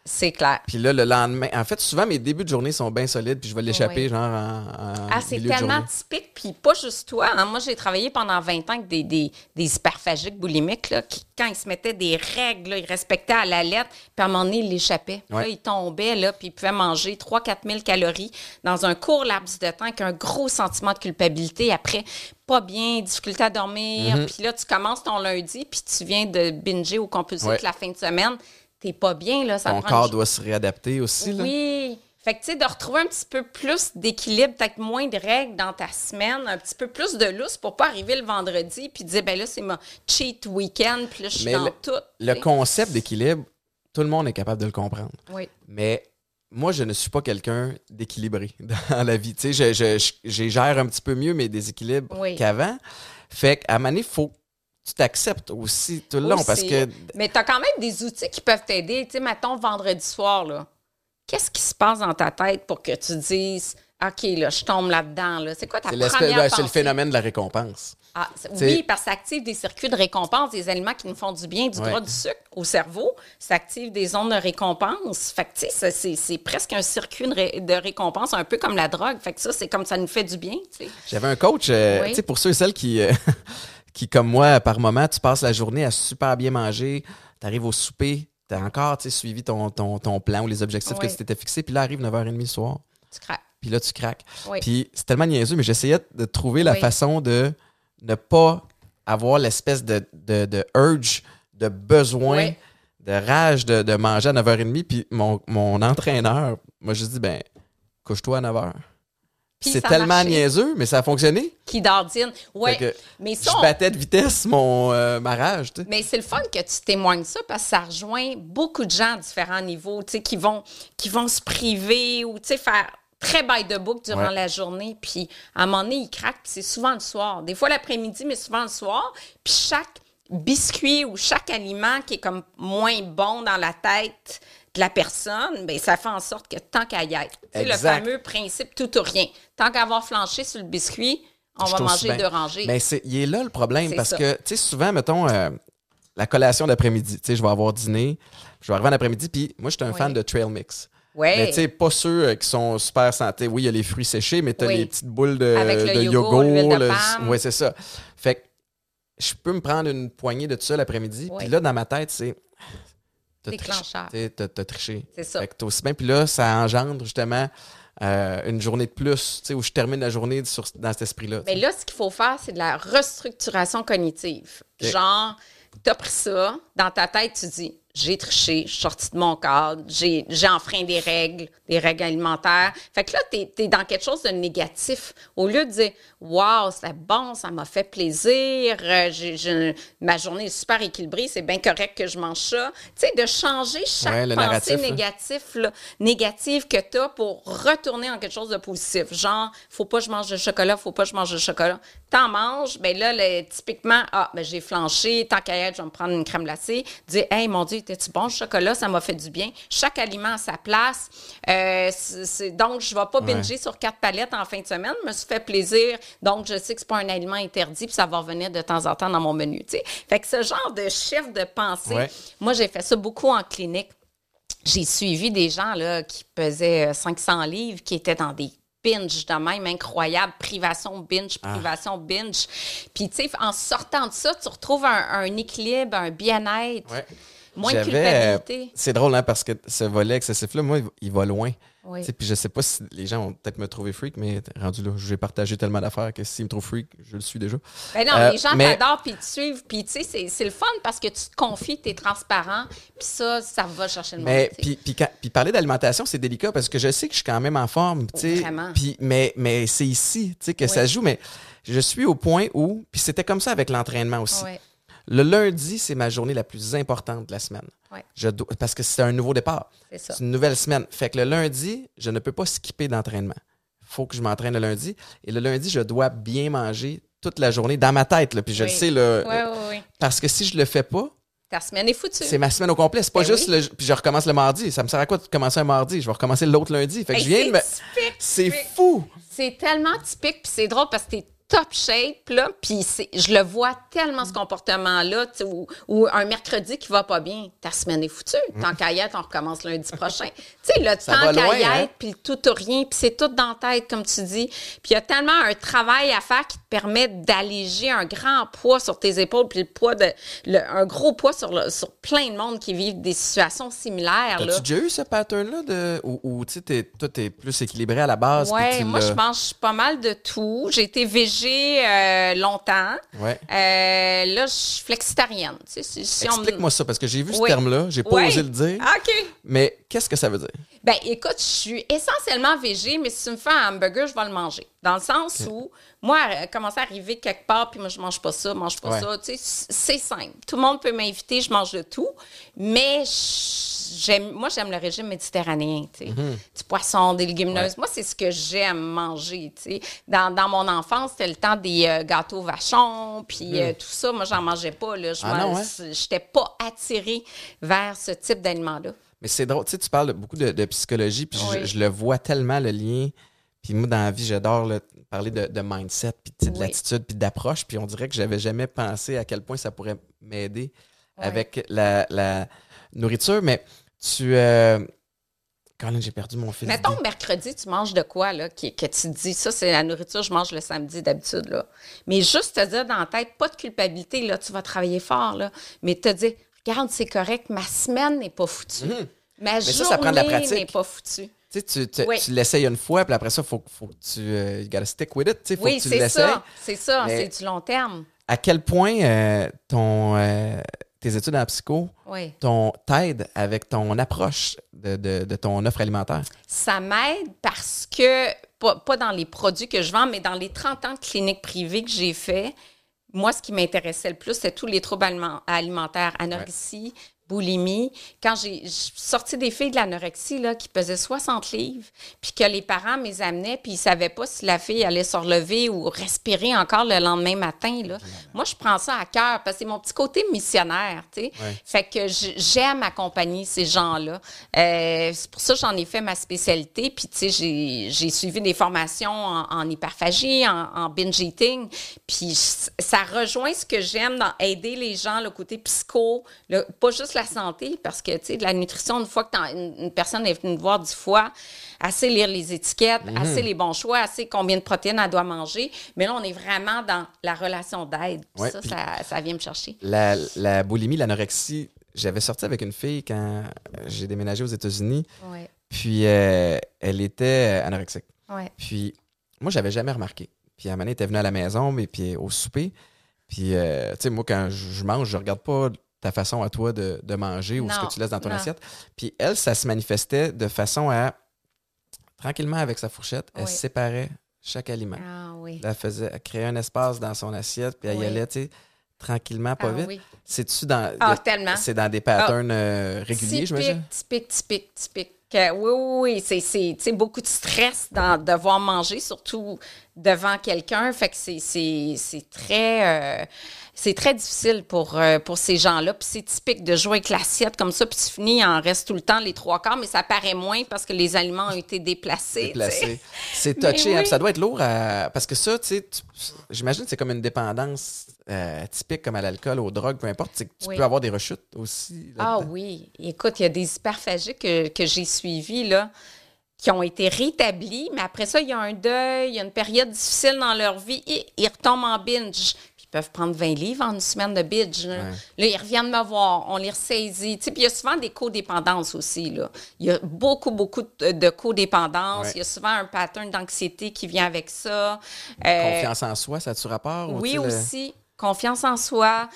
C'est clair. Puis là, le lendemain, en fait, souvent, mes débuts de journée sont bien solides, puis je vais l'échapper, Oui. genre, en, en Ah, c'est milieu de tellement journée. typique. Puis pas juste toi. Hein. Moi, j'ai travaillé pendant vingt ans avec des, des, des hyperphagiques boulimiques, là, qui, quand ils se mettaient des règles, là, ils respectaient à la lettre, puis à un moment donné, ils l'échappaient. Puis Ouais. là, ils tombaient, là, puis ils pouvaient manger trois à quatre mille calories dans un court laps de temps avec un gros sentiment de culpabilité. Après, pas bien, difficulté à dormir. Mm-hmm. Puis là, tu commences ton lundi, puis tu viens de binger au compulsif Ouais. la fin de semaine. T'es pas bien, là. Ça Ton prend corps une- doit se réadapter aussi, là. Oui. Fait que, tu sais, de retrouver un petit peu plus d'équilibre, peut-être moins de règles dans ta semaine, un petit peu plus de lousse pour pas arriver le vendredi puis dire, ben là, c'est mon cheat week-end, puis là, je suis Mais dans le, tout. le tu sais. concept d'équilibre, tout le monde est capable de le comprendre. Oui. Mais moi, je ne suis pas quelqu'un d'équilibré dans la vie. Tu sais, je, je, je, je gère un petit peu mieux mes déséquilibres Oui. qu'avant. Fait qu'à un moment donné, il faut que tu t'acceptes aussi tout le long Aussi. parce que... Mais t'as quand même des outils qui peuvent t'aider. Tu sais, mettons, vendredi soir, là, qu'est-ce qui se passe dans ta tête pour que tu dises, OK, là, je tombe là-dedans, là. C'est quoi ta C'est, première l'espèce- ben, pensée? c'est le phénomène de la récompense. Ah, c'est- T'sais- oui, parce que ça active des circuits de récompense, des aliments qui nous font du bien, du Ouais. gras, du sucre au cerveau. Ça active des zones de récompense. Fait que, tu sais, ça, c'est, c'est presque un circuit de, ré- de récompense, un peu comme la drogue. Fait que ça, c'est comme ça nous fait du bien, tu sais. J'avais un coach, euh, Oui. tu sais, pour ceux et celles qui, euh, qui, comme moi, par moment, tu passes la journée à super bien manger, tu arrives au souper, tu as encore tu sais, suivi ton, ton, ton plan ou les objectifs Oui. que tu t'étais fixés, puis là, arrive neuf heures trente le soir, Tu craques. puis là, tu craques. Oui. Puis c'est tellement niaiseux, mais j'essayais de trouver la Oui. façon de ne pas avoir l'espèce de, de, de urge, de besoin, Oui. de rage de, de manger à neuf heures trente, puis mon, mon entraîneur m'a juste dit, ben, couche-toi à neuf heures. Puis C'est ça a tellement marché. niaiseux, mais ça a fonctionné. Qui dardine. Oui. Fait que Mais ça, je on- battais de vitesse mon euh, ma rage, tu sais. Mais c'est le fun que tu témoignes ça parce que ça rejoint beaucoup de gens à différents niveaux, tu sais, qui vont, qui vont se priver ou, tu sais, faire très by the book durant Ouais. la journée. Puis, à un moment donné, ils craquent, puis c'est souvent le soir. Des fois l'après-midi, mais souvent le soir. Puis chaque biscuit ou chaque aliment qui est comme moins bon dans la tête de la personne, bien, ça fait en sorte que tant qu'à y être. Tu sais, le Exact. fameux principe tout ou rien. Tant qu'à avoir flanché sur le biscuit, on Je va trouve manger bien. deux rangées. Mais c'est, il est là le problème C'est parce ça. que, tu sais, souvent, mettons, euh, la collation d'après-midi, tu sais, je vais avoir dîner, je vais arriver en après-midi, puis moi, je suis un Oui. fan de trail mix. Ouais. Mais tu sais, pas ceux euh, qui sont super santé. Oui, il y a les fruits séchés, mais tu as Oui. les petites boules de, Avec le de yogourt, l'huile de le- palme. ouais, c'est ça. Fait que je peux me prendre une poignée de tout ça l'après-midi, Oui. puis là, dans ma tête, c'est... T'as Déclencheur. triché. T'as, t'as triché. C'est ça. Fait que t'as aussi bien. Puis là, ça engendre justement euh, une journée de plus, tu sais, où je termine la journée sur, dans cet esprit-là. Mais là, ce qu'il faut faire, c'est de la restructuration cognitive. Ok. Genre, t'as pris ça, dans ta tête, tu dis, j'ai triché, je suis sorti de mon cadre, j'ai, j'ai enfreint des règles, des règles alimentaires. Fait que là, t'es, t'es dans quelque chose de négatif. Au lieu de dire, waouh, c'était bon, ça m'a fait plaisir, euh, j'ai, j'ai- ma journée est super équilibrée, c'est bien correct que je mange ça. Tu sais, de changer chaque Ouais, le pensée narratif, là. négatif, là, négative que tu as pour retourner en quelque chose de positif. Genre, faut pas que je mange de chocolat, faut pas que je mange de chocolat. T'en manges, ben là, le- typiquement, ah, ben j'ai flanché, tant qu'à y être, je vais me prendre une crème glacée. Dire, hey, mon Dieu, était-tu bon, le chocolat, ça m'a fait du bien. Chaque aliment à sa place. Euh, c'est, c'est- donc, je vais pas Ouais. binger sur quatre palettes en fin de semaine. Je me suis fait plaisir. Donc, je sais que c'est pas un aliment interdit, puis ça va revenir de temps en temps dans mon menu. Tu sais. Fait que ce genre de chiffre de pensée, Ouais. moi, j'ai fait ça beaucoup en clinique. J'ai suivi des gens là, qui pesaient euh, cinq cents livres, qui étaient dans des binge de même incroyable, privation binge, Ah. privation binge. Puis, tu sais, en sortant de ça, tu retrouves un, un équilibre, un bien-être, Ouais. moins de J'avais, euh, culpabilité. c'est drôle, hein, parce que ce volet excessif-là, moi, il va- il va loin. Oui. Tu sais, puis je sais pas si les gens vont peut-être me trouver freak, mais rendu là, j'ai partagé tellement d'affaires que s'ils me trouvent freak, je le suis déjà. Ben non, Euh, les gens mais- t'adorent puis ils te suivent. Puis, tu sais, c'est, c'est le fun parce que tu te confies, tu es transparent. Puis ça, ça va chercher le monde. Mais tu sais. puis, puis, quand- puis parler d'alimentation, c'est délicat parce que je sais que je suis quand même en forme, tu sais. Vraiment. Puis mais mais c'est ici, tu sais, que Oui. ça se joue. Mais je suis au point où, puis c'était comme ça avec l'entraînement aussi. Ouais. Le lundi, c'est ma journée la plus importante de la semaine. Ouais. Je dois- parce que c'est un nouveau départ. C'est ça. C'est une nouvelle semaine. Fait que le lundi, je ne peux pas skipper d'entraînement. Il faut que je m'entraîne le lundi. Et le lundi, je dois bien manger toute la journée dans ma tête. Là, puis je Oui. le sais, là, Oui, oui, oui. parce que si je le fais pas, Ta semaine est foutue. c'est ma semaine au complet. C'est pas Ben juste oui. le. Puis je recommence le mardi. Ça me sert à quoi de commencer un mardi? Je vais recommencer l'autre lundi. Fait que Hey, je viens de me- c'est typique, C'est typique. fou! C'est tellement typique, puis c'est drôle parce que t'es top shape, là, puis c'est- je le vois tellement, ce comportement-là, tu sais, ou, ou un mercredi qui va pas bien, ta semaine est foutue. Tant qu'à y être, on recommence lundi prochain. Tu sais, le Ça va temps loin, qu'à y hein? être, puis le tout ou rien, puis c'est tout dans la tête, comme tu dis. Puis il y a tellement un travail à faire qui te permet d'alléger un grand poids sur tes épaules, puis le poids de, le- un gros poids sur, le- sur plein de monde qui vivent des situations similaires, là. T'as-tu déjà eu ce pattern-là de où, où, tu sais, t'es- toi, t'es plus équilibré à la base? puis Ouais, tu moi, l'as- je mange pas mal de tout. J'ai été végé euh, longtemps. Ouais. Euh, là, je suis flexitarienne. Tu sais, si, si on me- Explique-moi ça, parce que j'ai vu ce Oui. terme-là, j'ai pas Ouais. osé le dire, Ah, OK. mais qu'est-ce que ça veut dire? Ben, écoute, je suis essentiellement végé, mais si tu me fais un hamburger, je vais le manger. Dans le sens où, moi, euh, commencer à arriver quelque part, puis moi, je mange pas ça, mange pas Ouais. ça, tu sais, c- c'est simple. Tout le monde peut m'inviter, je mange de tout, mais je- j'aime, moi, j'aime le régime méditerranéen, tu sais. Du poisson, des légumineuses. Ouais. Moi, c'est ce que j'aime manger, tu sais. Dans, dans mon enfance, c'était le temps des euh, gâteaux vachons, puis euh, tout ça. Moi, j'en mangeais pas, là. Je Ah non, hein? n'étais pas attirée vers ce type d'aliment-là. Mais c'est drôle, tu sais, tu parles beaucoup de, de psychologie, puis je- Oui. je, le vois tellement, le lien. Puis moi, dans la vie, j'adore là, parler de, de mindset, puis tu sais, de Oui. l'attitude, puis d'approche. Puis on dirait que j'avais jamais pensé à quel point ça pourrait m'aider Ouais. avec la, la nourriture. Mais tu... Euh... Colin, j'ai perdu mon fil. Mettons, d'idée. mercredi, tu manges de quoi, là, qui- que tu te dis, ça, c'est la nourriture, je mange le samedi d'habitude, là. Mais juste te dire dans la tête, pas de culpabilité, là, tu vas travailler fort, là, mais te dire, regarde, c'est correct, ma semaine n'est pas foutue. Mhm. Ma ça, journée ça prend de la pratique. n'est pas foutue. Tu sais, tu, tu, Oui. tu l'essayes une fois, puis après ça, il faut, faut que tu... Euh, you gotta stick with it, tu sais, faut Oui, que tu c'est l'essayes. ça, c'est ça, Mais- c'est du long terme. À quel point euh, ton, euh, tes études en psycho Oui. ton, t'aident avec ton approche de, de, de ton offre alimentaire? Ça m'aide parce que, pas, pas dans les produits que je vends, mais dans les trente ans de clinique privée que j'ai fait, moi, ce qui m'intéressait le plus, c'est tous les troubles aliment- alimentaires, anorexie, boulimie. Quand j'ai j'ai sorti des filles de l'anorexie là, qui pesaient soixante livres, puis que les parents me les amenaient, puis ils ne savaient pas si la fille allait se relever ou respirer encore le lendemain matin. Là. Moi, je prends ça à cœur parce que c'est mon petit côté missionnaire. Tu sais. Ouais. Fait que j- j'aime accompagner ces gens-là. Euh, c'est pour ça que j'en ai fait ma spécialité. Puis, tu sais, j'ai, j'ai suivi des formations en, en hyperphagie, en, en binge eating. Puis, c- ça rejoint ce que j'aime dans aider les gens, le côté psycho, le, pas juste la santé, parce que, tu sais, de la nutrition, une fois que t'en- une, une personne est venue te voir dix fois, assez lire les étiquettes, assez les bons choix, assez combien de protéines elle doit manger. Mais là, on est vraiment dans la relation d'aide. Puis Ouais, ça, puis- ça, ça vient me chercher. La, la boulimie, l'anorexie, j'avais sorti avec une fille quand j'ai déménagé aux États-Unis, Oui, puis euh, elle était anorexique. oui. Puis moi, j'avais jamais remarqué. Puis à un moment donné, elle était venue à la maison, mais puis au souper. Puis, euh, tu sais, moi, quand je je mange, je regarde pas ta façon à toi de, de manger ou ce Non, que tu laisses dans ton non. assiette. Puis elle, ça se manifestait de façon à, tranquillement avec sa fourchette, elle Oui. séparait chaque aliment. Ah oui. Elle faisait, elle créait un espace dans son assiette, puis elle y Oui. allait, tu sais, tranquillement, pas Ah vite. oui. C'est-tu dans... Ah, y a- tellement. C'est dans des patterns euh, réguliers, j'imagine? Typique, typique, typique, typique. Euh, oui, oui, oui. C'est, c'est tu sais, beaucoup de stress dans devoir manger, surtout devant quelqu'un. Fait que c'est, c'est, c'est très... euh, c'est très difficile pour, euh, pour ces gens-là. Puis c'est typique de jouer avec l'assiette comme ça, puis tu finis, il en reste tout le temps les trois quarts, mais ça paraît moins parce que les aliments ont été déplacés. Déplacé. tu sais. C'est Mais touché, hein, oui. puis ça doit être lourd à... Parce que ça, tu sais, tu- j'imagine que c'est comme une dépendance euh, typique comme à l'alcool, aux drogues, peu importe. C'est que tu Oui. peux avoir des rechutes aussi. Ah là-dedans. oui. Écoute, il y a des hyperphagiques que, que j'ai suivis, là, qui ont été rétablis, mais après ça, il y a un deuil, il y a une période difficile dans leur vie et ils retombent en binge. Puis ils peuvent prendre vingt livres en une semaine de binge. Là, Ouais. Là, ils reviennent me voir, on les ressaisit. Tu sais, puis il y a souvent des codépendances aussi. Là. Il y a beaucoup, beaucoup de, de codépendance. Ouais. Il y a souvent un pattern d'anxiété qui vient avec ça. Euh, Confiance en soi, ça a-tu rapport? ou, oui, tu sais, le- aussi. Confiance en soi.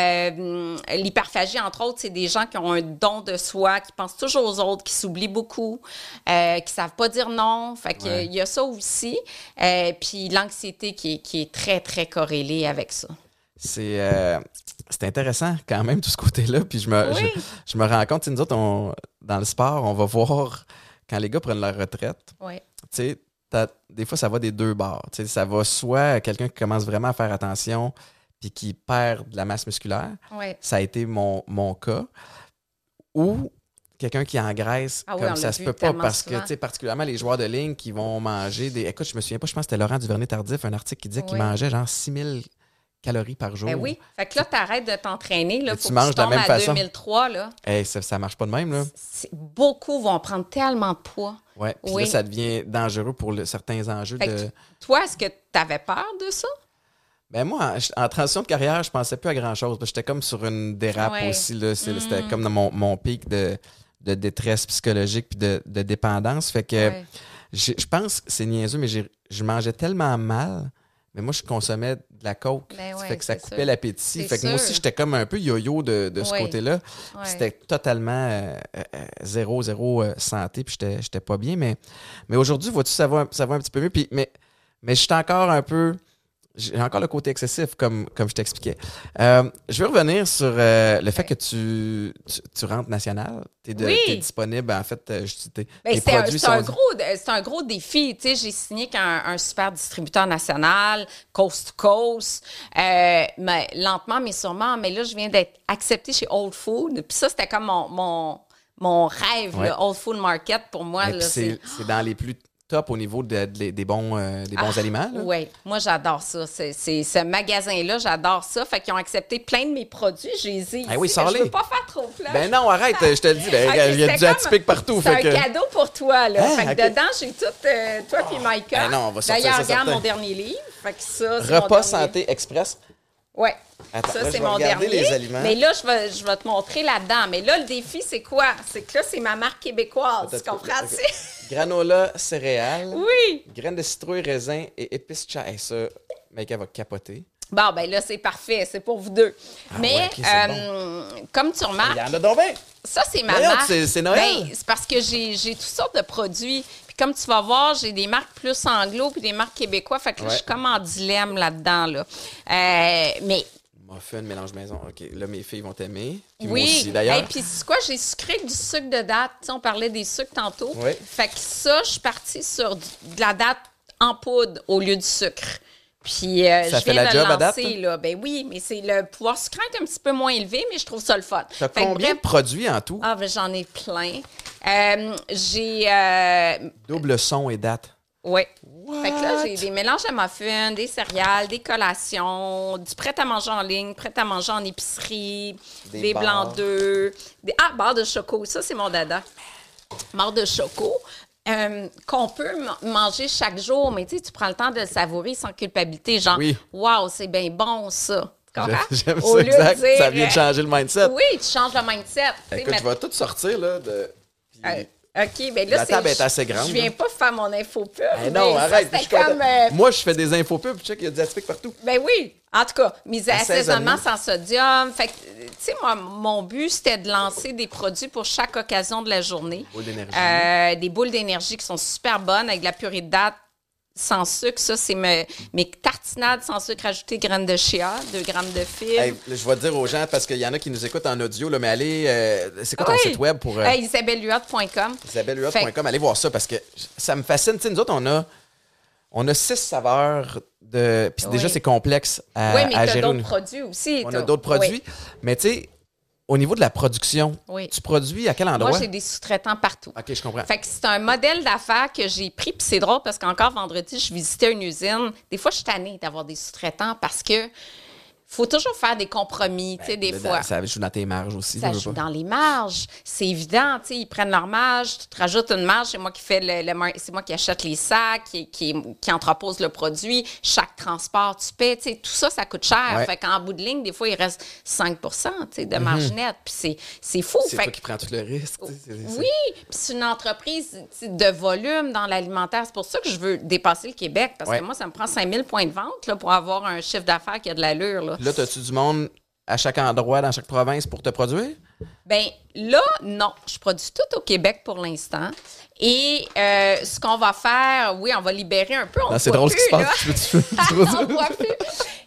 Euh, l'hyperphagie, entre autres, c'est des gens qui ont un don de soi, qui pensent toujours aux autres, qui s'oublient beaucoup, euh, qui savent pas dire non. Fait que, Ouais. il y a ça aussi. Euh, puis l'anxiété qui est, qui est très, très corrélée avec ça. C'est euh, c'est intéressant quand même, tout ce côté-là. Puis je me, Oui. je, je me rends compte, tu sais, nous autres, on- dans le sport, on va voir quand les gars prennent leur retraite, Oui. tu sais, t'as- des fois, ça va des deux bords. Tu sais, ça va soit quelqu'un qui commence vraiment à faire attention puis qui perd de la masse musculaire. Oui. Ça a été mon, mon cas. Ou quelqu'un qui engraisse, Ah oui, comme on ça l'a se vu peut pas, tellement parce que, souvent. tu sais, particulièrement les joueurs de ligne qui vont manger des... Écoute, je me souviens pas, je pense que c'était Laurent Duvernay-Tardif, un article qui disait Oui. qu'il mangeait genre six mille calories par jour. Ben oui. Fait que là, t'arrêtes de t'entraîner. Là, Mais faut tu que manges tu de la tombes même à façon. deux mille trois. Là. Hey, ça, ça marche pas de même, là. C'est- beaucoup vont prendre tellement de poids. Ouais. Puis Oui. là, ça devient dangereux pour le- certains enjeux Fait de... que toi, est-ce que tu avais peur de ça? Ben moi, en, en transition de carrière, je pensais plus à grand-chose. J'étais comme sur une dérape Ouais. aussi. Là. C'est- Mm. C'était comme dans mon, mon pic de, de détresse psychologique puis de, de dépendance. Fait que Ouais. j'ai- je pense que c'est niaiseux, mais j'ai- je mangeais tellement mal. Mais moi, je consommais de la coke. Ben Ça ouais, fait que ça c'est coupait sûr. l'appétit. C'est Fait que moi sûr. aussi, j'étais comme un peu yo-yo de, de ce Ouais. côté-là. Puis Ouais. C'était totalement euh, euh, zéro, zéro euh, santé. Puis j'étais j'étais pas bien. Mais, mais aujourd'hui, vois-tu, ça va, ça va un petit peu mieux. Puis, mais, mais je suis encore un peu... J'ai encore le côté excessif, comme, comme je t'expliquais. Euh, je veux revenir sur euh, le fait que tu, tu, tu rentres national. Tu es, Oui. disponible, en fait. euh, je- tes- Ben, tes c'est un, produits c'est un sont- gros, c'est un gros défi. Tu sais, j'ai signé qu'un un super distributeur national, coast to coast. Euh, mais lentement, mais sûrement. Mais là, je viens d'être acceptée chez Old Food. Puis ça, c'était comme mon, mon, mon rêve, Ouais. le Old Food Market pour moi. Mais Là, puis c'est c'est dans les plus top au niveau de- de- des bons, euh, des bons Ah, aliments. là. Oui, moi j'adore ça. C'est, c'est- ce magasin-là, j'adore ça. Fait qu'ils ont accepté plein de mes produits. Je les ai ici, Ah oui, mais sors-les. je veux pas faire trop plein. Ben non, arrête, je te le dis. ben, Ok, il y a c'est du comme- atypique partout. C'est Fait un que... cadeau pour toi, là. Hein, fait que ok. dedans, j'ai tout, euh, toi puis Micah. Ben non, on va sortir D'ailleurs, ça, regarde certain. mon dernier livre. Fait que ça, c'est mon Repas dernier. Santé Express. Oui. Attends, Ça, là, je c'est vais mon regarder dernier. les aliments. Mais là, je vais, je vais te montrer là-dedans. Mais là, le défi, c'est quoi? C'est que là, c'est ma marque québécoise. Tu Attends, comprends? ok. C'est- Granola, céréales, Oui. graines de citrouille, raisin et épices cha. Hey, ça, Maïka va capoter. Bon, ben là, c'est parfait. C'est pour vous deux. Mais, ouais, ok, c'est euh, comme tu Il remarques, y en a donc bien. ça, c'est ma Voyons, marque. c'est- c'est Noël. Ben, c'est parce que j'ai j'ai toutes sortes de produits. Puis comme tu vas voir, j'ai des marques plus anglo puis des marques québécois. Fait que là, Ouais. je suis comme en dilemme là-dedans. Là. Euh, mais Muffin, mélange maison. OK, là, mes filles vont t'aimer. Puis moi oui. aussi, d'ailleurs. Et puis, c'est quoi? J'ai sucré avec du sucre de date. Tu sais, on parlait des sucres tantôt. Oui. Fait que ça, je suis partie sur du- de la date en poudre au lieu du sucre. Puis, euh, Ça je fait viens la de job le à date, lancer, là. Ben oui, mais c'est le pouvoir sucrant est un petit peu moins élevé, mais je trouve ça le fun. T'as Fait que combien bref, de produits en tout? ah, ben j'en ai plein. Euh, j'ai. euh, Double son et date. oui. What? Fait que là, j'ai des mélanges de muffins, des céréales, des collations, du prêt à manger en ligne, prêt à manger en épicerie, Des des, barres. blancs d'œufs. Des... Ah, barres de choco. Ça, c'est mon dada. Barres de choco. euh, qu'on peut m- manger chaque jour, mais tu sais, tu prends le temps de le savourer sans culpabilité. Genre, Oui. wow, c'est bien bon, ça. Tu comprends? J'aime Au ça, lieu de exact. dire, Ça vient de euh, changer le mindset. Oui, tu changes le mindset. Tu sais, Écoute, mais- je vais tout sortir, là, de... Puis- euh, OK, bien là, La c'est... table est assez grande, Je viens là. pas faire mon info pub. Eh non, mais ça, arrête. c'était je suis content. comme... euh, Moi, je fais des infos pubs, check, il y a du atypique partout. Ben oui, en tout cas, mes Assaisonnement. assaisonnements sans sodium. Fait que, tu sais, moi, mon but, c'était de lancer des produits pour chaque occasion de la journée. Boules d'énergie. Euh, des boules d'énergie qui sont super bonnes avec de la purée de date sans sucre. Ça, c'est me- mes tartinades sans sucre ajouté, graines de chia, deux grammes de fibres. Hey, là, je vais dire aux gens, parce qu'il y en a qui nous écoutent en audio, là, mais allez, euh, c'est quoi ton Oui. site web pour euh, Euh, isabelle huot point com. isabelle huot Fait- point com? Allez voir ça, parce que ça me fascine. Tu sais, nous autres, on a, on a six saveurs, de puis Oui. déjà, c'est complexe à, Oui, mais à tu as gérer. d'autres une- produits aussi. On t'as- a d'autres produits, Oui. mais tu sais, au niveau de la production, Oui. tu produis à quel endroit? Moi, j'ai des sous-traitants partout. OK, je comprends. Fait que c'est un modèle d'affaires que j'ai pris, puis c'est drôle parce qu'encore vendredi, je visitais une usine. Des fois, je suis tannée d'avoir des sous-traitants parce que faut toujours faire des compromis, tu sais, des Là, fois. Ça joue dans tes marges aussi. Ça veux joue pas. dans les marges. C'est évident, tu sais, ils prennent leur marge, tu te rajoutes une marge, c'est moi qui fais le, le mar- c'est moi qui achète les sacs, qui, qui, qui entrepose le produit, chaque transport, tu paies, tu sais, tout ça, ça coûte cher. Ouais. Fait qu'en bout de ligne, des fois, il reste cinq pour cent, tu sais, de marge nette, puis c'est, c'est fou. C'est Fait toi que- qui prends tout le risque. tu sais, c'est- c'est- oui, puis c'est une entreprise tu sais, de volume dans l'alimentaire. C'est pour ça que je veux dépasser le Québec, parce Ouais. que moi, ça me prend cinq mille points de vente là, pour avoir un chiffre d'affaires qui a de l'allure. Là. Là, as-tu du monde à chaque endroit, dans chaque province pour te produire? Ben là, non. Je produis tout au Québec pour l'instant. Et euh, ce qu'on va faire, oui, on va libérer un peu. On Non, c'est voit drôle ce qui se plus, passe. là. Tu veux- tu veux- tu veux- On voit plus.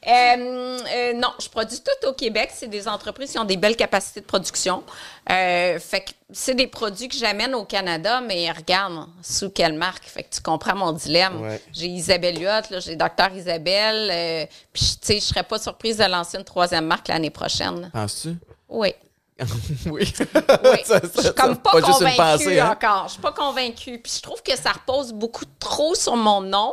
Euh, euh, non, je produis tout au Québec. C'est des entreprises qui ont des belles capacités de production. Euh, fait que c'est des produits que j'amène au Canada, mais regarde, sous quelle marque? Fait que tu comprends mon dilemme. Ouais. J'ai Isabelle Huot, là, j'ai Docteur Isabelle. Euh, Puis, tu sais, je serais pas surprise de lancer une troisième marque l'année prochaine. Penses-tu? Oui. oui. Oui. ça, ça, je suis comme pas, pas juste une convaincue pensée, hein? encore. Je suis pas convaincue. Puis je trouve que ça repose beaucoup trop sur mon nom.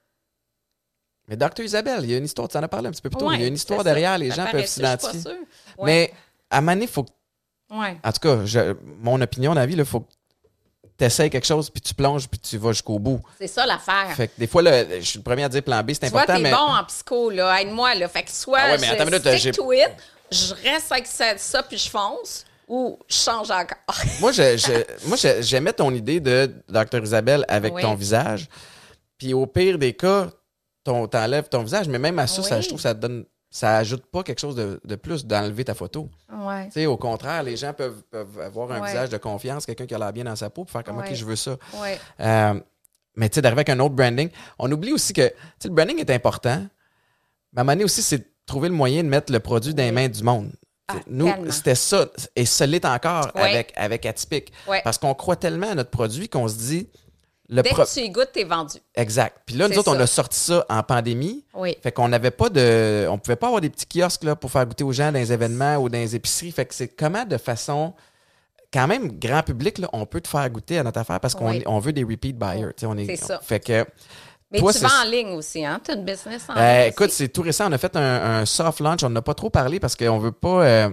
Mais docteur Isabelle, il y a une histoire, tu en as parlé un petit peu plus tôt, Ouais, il y a une histoire c'est derrière, ça. les Ça gens peuvent paraissait, s'identifier. je suis pas sûre. Ouais. Mais à un moment donné, il faut que, Ouais. en tout cas, je, mon opinion dans la vie, il faut que tu essaies quelque chose, puis tu plonges, puis tu vas jusqu'au bout. C'est ça l'affaire. Fait que des fois, là, je suis le premier à dire plan B, c'est Tu vois, important, t'es mais... bon en psycho, là. Aide-moi, là. Fait que soit Ah ouais, mais je attends une minute, stick j'ai- to it, je reste avec ça, ça puis je fonce, ou je change encore. Moi, je, je- moi je- j'aimais ton idée de docteur Isabelle avec Oui. ton visage. Puis au pire des cas, ton, t'enlèves ton visage, mais même à ça, ça, Oui. je trouve que ça te donne... Ça ajoute pas quelque chose de, de plus d'enlever ta photo. Ouais. Tu sais, au contraire, les gens peuvent, peuvent avoir un Ouais. visage de confiance, quelqu'un qui a l'air bien dans sa peau, pour faire comme, Ouais. OK, je veux ça. Ouais. Euh, mais tu sais, d'arriver avec un autre branding. On oublie aussi que tu sais, le branding est important, mais à un moment donné aussi, c'est de trouver le moyen de mettre le produit dans les mains du monde. Ah, Nous, tellement. c'était ça, et ça l'est encore Ouais. avec, avec Atypique. Ouais. Parce qu'on croit tellement à notre produit qu'on se dit... Le Dès pro- que tu y goûtes, t'es vendu. Exact. Puis là, nous C'est autres, on ça. a sorti ça en pandémie. Oui. Fait qu'on n'avait pas de... On pouvait pas avoir des petits kiosques là, pour faire goûter aux gens dans les événements ou dans les épiceries. Fait que c'est comment de façon... Quand même, grand public, là, on peut te faire goûter à notre affaire parce qu'on Oui. on veut des repeat buyers. Tu sais, On est, C'est ça. Fait que... Mais Toi, tu c'est- vas en ligne aussi, hein? Tu as une business en Euh, ligne. écoute, aussi. c'est tout récent. On a fait un, un soft launch. On n'a pas trop parlé parce qu'on veut pas. euh,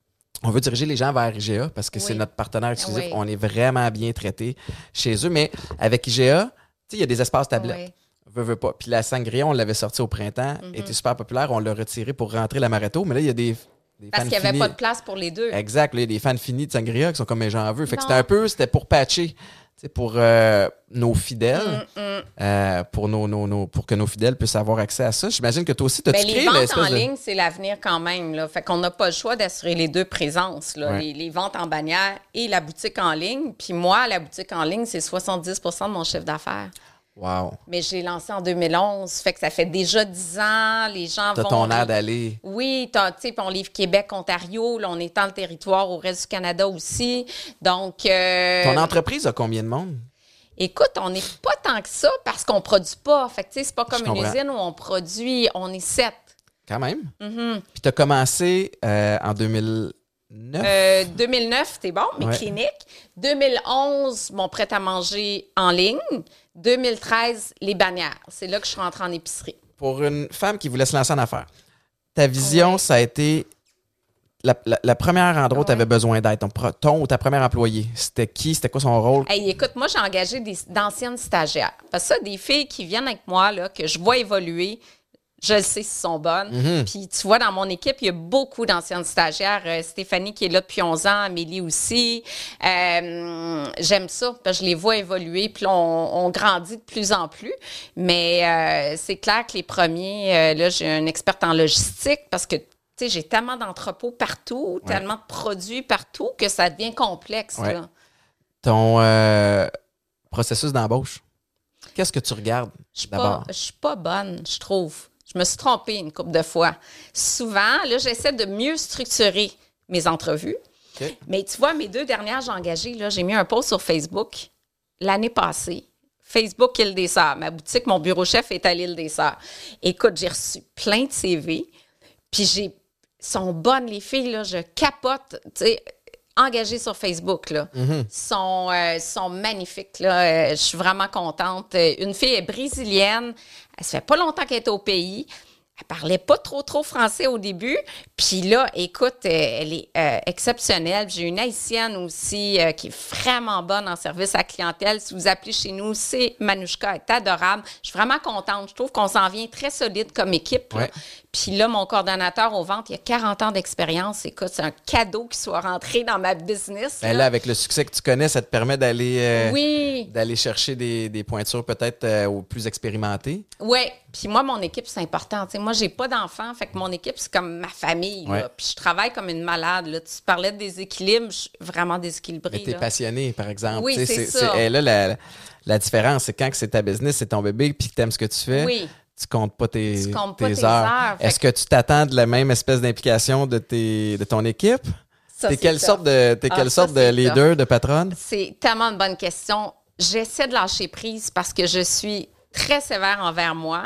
on veut diriger les gens vers I G A parce que Oui. c'est notre partenaire exclusif. Oui. On est vraiment bien traité chez eux. Mais avec I G A, tu sais, il y a des espaces tablettes. Oui. Veux, veux pas. Puis la sangria, on l'avait sorti au printemps, Mm-hmm. était super populaire. On l'a retiré pour rentrer l'amaretto. Mais là, il y a des. des Parce fans qu'il n'y avait finis. pas de place pour les deux. Exact. Là, il y a des fans finis de sangria qui sont comme, mais j'en veux. Fait que Non. c'était un peu, c'était pour patcher. Tu sais, pour euh, nos fidèles, Mm, mm. euh, pour, nos, nos, nos- pour que nos fidèles puissent avoir accès à ça. J'imagine que toi aussi, tu as Ben, créé les ventes l'espèce en de... ligne, c'est l'avenir quand même. Là. Fait qu'on n'a pas le choix d'assurer les deux présences. Là. Ouais. Les, les ventes en bannière et la boutique en ligne. Puis moi, la boutique en ligne, c'est soixante-dix pour cent de mon chiffre d'affaires. Wow. Mais j'ai lancé en deux mille onze. Fait que ça fait déjà dix ans. Les gens T'as vont... ton air d'aller. Oui, t'as- tu sais, puis on livre Québec, Ontario. Là, on étend le territoire au reste du Canada aussi. Donc... euh, Ton entreprise a combien de monde? Écoute, on n'est pas tant que ça parce qu'on produit pas. Fait que, tu sais, c'est pas comme Je une comprends. usine où on produit. On est sept. Quand même. Mm-hmm. Puis tu as commencé euh, en deux mille neuf. Euh, deux mille neuf, t'es bon, mais Ouais. clinique. deux mille onze, mon prêt-à-manger en ligne. deux mille treize, les bannières. C'est là que je suis rentrée en épicerie. Pour une femme qui voulait se lancer en affaires, ta vision, Ouais. ça a été la, la, la première endroit où tu Ouais. avais besoin d'aide. Ton, pro- ton ou ta première employée, c'était qui? C'était quoi son rôle? Hey, écoute, moi, j'ai engagé des, d'anciennes stagiaires. Parce que ça, des filles qui viennent avec moi, là, que je vois évoluer, je le sais si sont bonnes. Mm-hmm. Puis, tu vois, dans mon équipe, il y a beaucoup d'anciennes stagiaires. Euh, Stéphanie qui est là depuis onze ans, Amélie aussi. Euh, j'aime ça, parce que je les vois évoluer. Puis là, on, on grandit de plus en plus. Mais euh, c'est clair que les premiers, euh, là, j'ai une experte en logistique parce que, tu sais, j'ai tellement d'entrepôts partout, Ouais. tellement de produits partout que ça devient complexe, Ouais. là. Ton euh, processus d'embauche. Qu'est-ce que tu regardes Je suis d'abord? pas, je suis pas bonne, je trouve. Je me suis trompée une couple de fois. Souvent, là, j'essaie de mieux structurer mes entrevues. OK. Mais tu vois, mes deux dernières, j'ai engagé, là, j'ai mis un post sur Facebook l'année passée. Facebook, Île des Sœurs. Ma boutique, mon bureau chef est à l'Île des Sœurs. Écoute, j'ai reçu plein de C V. Puis j'ai, sont bonnes les filles, là, je capote. Tu sais, engagées sur Facebook, là, Mm-hmm. sont, euh, sont magnifiques. Là. Euh, je suis vraiment contente. Euh, Une fille est brésilienne. Elle se fait pas longtemps qu'elle est au pays. Elle parlait pas trop, trop français au début. Puis là, écoute, euh, elle est euh, exceptionnelle. J'ai une haïtienne aussi euh, qui est vraiment bonne en service à la clientèle. Si vous appelez chez nous, c'est Manouchka, elle est adorable. Je suis vraiment contente. Je trouve qu'on s'en vient très solide comme équipe. là. Ouais. Puis là, mon coordonnateur aux ventes, il a quarante ans d'expérience. Écoute, c'est un cadeau qu'il soit rentré dans ma business. Ben là. là, avec le succès que tu connais, ça te permet d'aller euh, Oui, d'aller chercher des, des pointures peut-être euh, aux plus expérimentés. oui. Puis moi, mon équipe, c'est important. Tu sais, moi, j'ai pas d'enfants, fait que mon équipe, c'est comme ma famille. là. Ouais. Puis je travaille comme une malade. Là. Tu parlais de déséquilibre, je suis vraiment déséquilibrée. Mais t'es là. passionné, par exemple. Oui, Tu sais, c'est ça. et là, la, la différence, c'est quand que c'est ta business, c'est ton bébé, puis que t'aimes ce que tu fais. Oui. Tu comptes pas tes, Tu comptes pas tes heures. heures, fait Est-ce que tu t'attends de la même espèce d'implication de, tes, de ton équipe? Ça, T'es c'est quelle tough. sorte de, t'es Ah, quelle ça, sorte de c'est leader, de patronne? C'est tellement une bonne question. J'essaie de lâcher prise parce que je suis très sévère envers moi,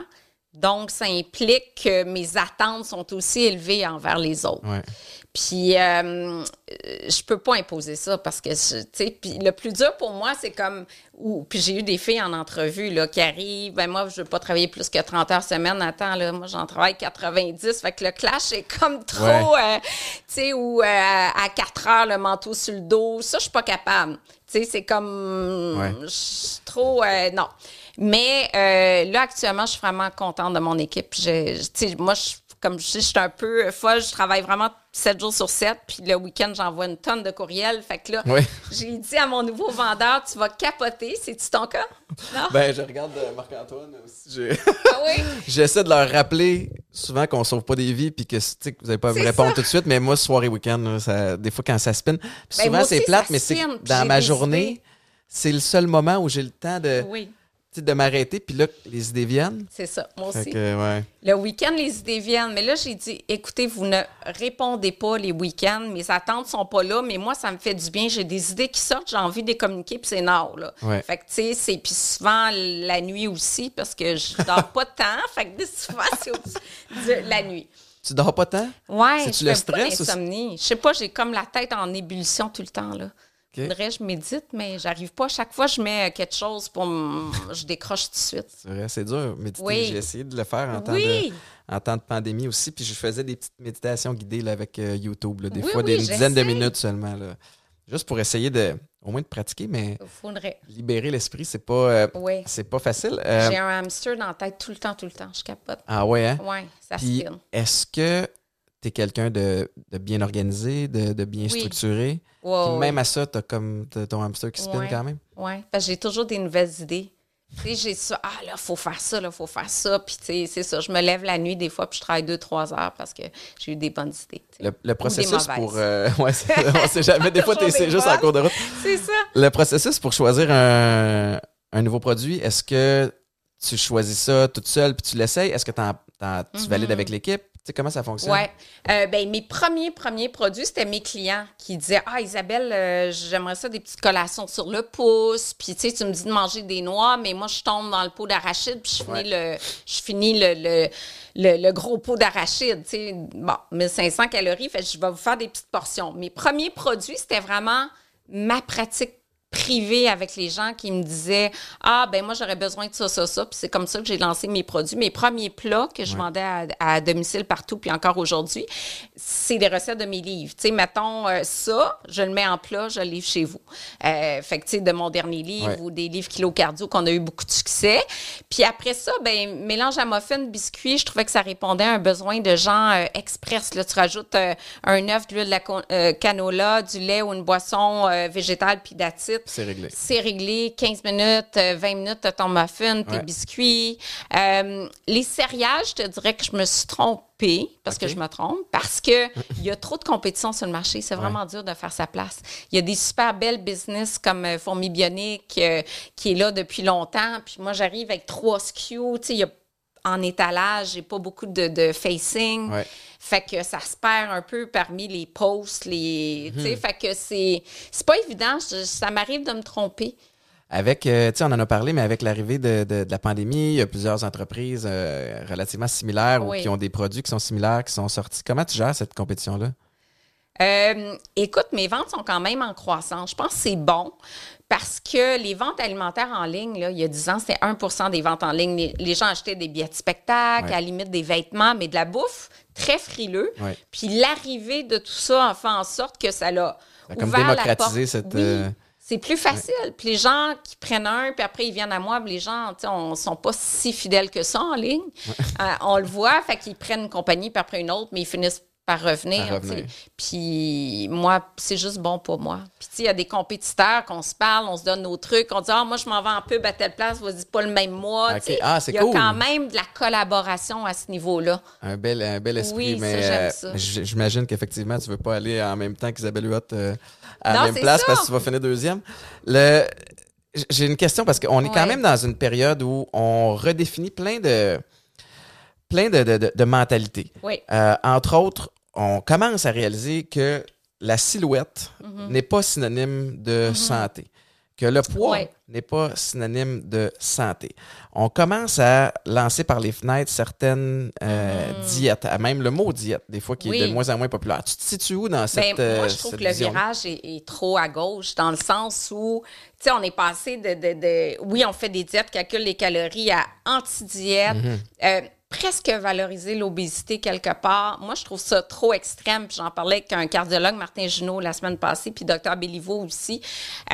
Donc, ça implique que mes attentes sont aussi élevées envers les autres. Ouais. Puis, euh, je peux pas imposer ça parce que, tu sais, puis le plus dur pour moi, c'est comme, ou puis j'ai eu des filles en entrevue, là, qui arrivent, ben moi, je veux pas travailler plus que trente heures semaine. Attends, là, moi, j'en travaille quatre-vingt-dix, fait que le clash est comme trop, ouais. euh, tu sais, ou euh, à quatre heures, le manteau sur le dos, ça, je suis pas capable. Tu sais, c'est comme, ouais. je suis trop, euh, non. Mais euh, là, actuellement, je suis vraiment contente de mon équipe. Je, tu sais, moi, je, comme je dis, je suis un peu folle. Je travaille vraiment sept jours sur sept. Puis le week-end, j'envoie une tonne de courriels. Fait que là, oui. j'ai dit à mon nouveau vendeur, tu vas capoter. C'est-tu ton cas? Non? Ben, je regarde euh, Marc-Antoine aussi. J'ai... Ah oui? J'essaie de leur rappeler souvent qu'on sauve pas des vies puis que, tu sais, que vous n'allez pas me répondre ça. Tout de suite. Mais moi, soir et week-end, là, ça, des fois, quand ça spin, puis ben, souvent, c'est plate, mais spin, c'est dans ma journée, idées. C'est le seul moment où j'ai le temps de... Oui. de m'arrêter, puis là, les idées viennent. C'est ça, moi fait aussi. Que, ouais. Le week-end, les idées viennent. Mais là, j'ai dit, écoutez, vous ne répondez pas les week-ends. Mes attentes sont pas là, mais moi, ça me fait du bien. J'ai des idées qui sortent, j'ai envie de les communiquer, puis c'est nord, là. Ouais. Fait que, tu sais, c'est... Puis souvent, la nuit aussi, parce que je dors pas de temps. Fait que souvent, c'est aussi de la nuit. Tu dors pas tant? Ouais, C'est-tu je le fais pas stress d'insomnie. Je sais pas, j'ai comme la tête en ébullition tout le temps, là. Okay. Faudrait, je médite, mais j'arrive pas. Chaque fois, je mets quelque chose pour me... Je décroche tout de suite. C'est vrai, c'est dur, méditer. Oui. J'ai essayé de le faire en temps, oui. de, en temps de pandémie aussi. Puis je faisais des petites méditations guidées là, avec euh, YouTube. Là, des oui, fois, oui, des j'essaie. dizaines de minutes seulement. Là. Juste pour essayer de, au moins de pratiquer, mais Faudrait. libérer l'esprit, c'est pas, euh, oui. c'est pas facile. Euh, J'ai un hamster dans la tête tout le temps, tout le temps. Je capote. Ah ouais, hein? Oui, ça Puis, spinne. est-ce que tu es quelqu'un de, de bien organisé, de, de bien oui. structuré? Wow, Puis même oui. à ça, tu as comme t'as ton hamster qui spin ouais. quand même? Oui, parce que j'ai toujours des nouvelles idées. Tu sais, j'ai ça, ah là, il faut faire ça, là, il faut faire ça. Puis, tu sais, c'est ça. Je me lève la nuit des fois, puis je travaille deux, trois heures parce que j'ai eu des bonnes idées. Le, le processus des pour. Euh, ouais, on sait jamais. Des fois, tu es juste en cours de route. C'est ça. Le processus pour choisir un, un nouveau produit, est-ce que tu choisis ça toute seule puis tu l'essayes? Est-ce que t'en, t'en, tu Mm-hmm. valides avec l'équipe? Tu sais, comment ça fonctionne? Oui. Euh, ben, mes premiers, premiers produits, c'était mes clients qui disaient « Ah, Isabelle, euh, j'aimerais ça des petites collations sur le pouce. Puis, tu sais, tu me dis de manger des noix, mais moi, je tombe dans le pot d'arachide, puis je finis, ouais. le, je finis le, le, le, le gros pot d'arachide. Tu sais, bon, mille cinq cents calories, fait que je vais vous faire des petites portions. Mes premiers produits, c'était vraiment ma pratique privée avec les gens qui me disaient « Ah, ben moi, j'aurais besoin de ça, ça, ça. » Puis c'est comme ça que j'ai lancé mes produits. Mes premiers plats que je ouais. vendais à, à domicile partout, puis encore aujourd'hui, c'est des recettes de mes livres. Tu sais, mettons euh, ça, je le mets en plat, je le livre chez vous. Euh, fait que, tu sais, de mon dernier livre ouais. ou des livres Kilo Cardio qu'on a eu beaucoup de succès. Puis après ça, ben mélange à muffins, biscuits, je trouvais que ça répondait à un besoin de gens euh, express. Là, tu rajoutes euh, un œuf, de l'huile de la con- euh, canola, du lait ou une boisson euh, végétale, puis d'acide. C'est réglé. C'est réglé. quinze minutes, vingt minutes, tu as ton muffin, tes ouais. biscuits. Euh, les céréales, je te dirais que je me suis trompée, parce okay. que je me trompe, parce qu'il y a trop de compétition sur le marché. C'est vraiment ouais. dur de faire sa place. Il y a des super belles business comme euh, Fourmi Bionique euh, qui est là depuis longtemps. Puis moi, j'arrive avec trois S K U. Tu sais, il y a en étalage, j'ai pas beaucoup de, de facing. Ouais. Fait que ça se perd un peu parmi les posts, les. Mm-hmm. Tu sais, fait que c'est. C'est pas évident. Je, ça m'arrive de me tromper. Avec, euh, tu sais, on en a parlé, mais avec l'arrivée de, de, de la pandémie, il y a plusieurs entreprises euh, relativement similaires oui. ou qui ont des produits qui sont similaires, qui sont sortis. Comment tu gères cette compétition-là? Euh, écoute, mes ventes sont quand même en croissance. Je pense que c'est bon. Parce que les ventes alimentaires en ligne, là, il y a dix ans, c'était un pour cent des ventes en ligne. Les, les gens achetaient des billets de spectacle, ouais. à la limite des vêtements, mais de la bouffe, très frileux. Ouais. Puis l'arrivée de tout ça a fait en sorte que ça l'a ça a comme démocratisé cette... Oui. Euh... C'est plus facile. Ouais. Puis les gens qui prennent un, puis après, ils viennent à moi. Puis les gens, tu sais, on sont pas si fidèles que ça en ligne. Ouais. Euh, on le voit, fait qu'ils prennent une compagnie, puis après une autre, mais ils finissent par revenir. Par revenir. Puis moi, c'est juste bon pour moi. Puis tu sais, il y a des compétiteurs qu'on se parle, on se donne nos trucs, on dit « Ah, moi, je m'en vais en pub à telle place, vas-y, pas le même mois. Okay. » Ah, c'est cool. Il y a quand même de la collaboration à ce niveau-là. Un bel, un bel esprit, oui, mais ça, j'aime ça. Euh, j'imagine qu'effectivement, tu veux pas aller en même temps qu'Isabelle Huot euh, à non, la même place ça. parce que tu vas finir deuxième. Le... J'ai une question parce qu'on est ouais. quand même dans une période où on redéfinit plein de, plein de, de, de, de mentalités. Oui. Euh, entre autres, on commence à réaliser que la silhouette mm-hmm. n'est pas synonyme de mm-hmm. santé. que le poids Ouais. n'est pas synonyme de santé. On commence à lancer par les fenêtres certaines euh, Mm. diètes, à même le mot diète, des fois, qui Oui. est de moins en moins populaire. Tu te situes où dans cette Ben, moi, je euh, trouve cette que le vision-là? virage est, est trop à gauche, dans le sens où, tu sais, on est passé de, de, de- Oui, on fait des diètes, calcule les calories, à anti-diète, Mm-hmm. euh, presque valoriser l'obésité quelque part. Moi, je trouve ça trop extrême. Puis j'en parlais avec un cardiologue, Martin Junot, la semaine passée, puis docteur Béliveau aussi,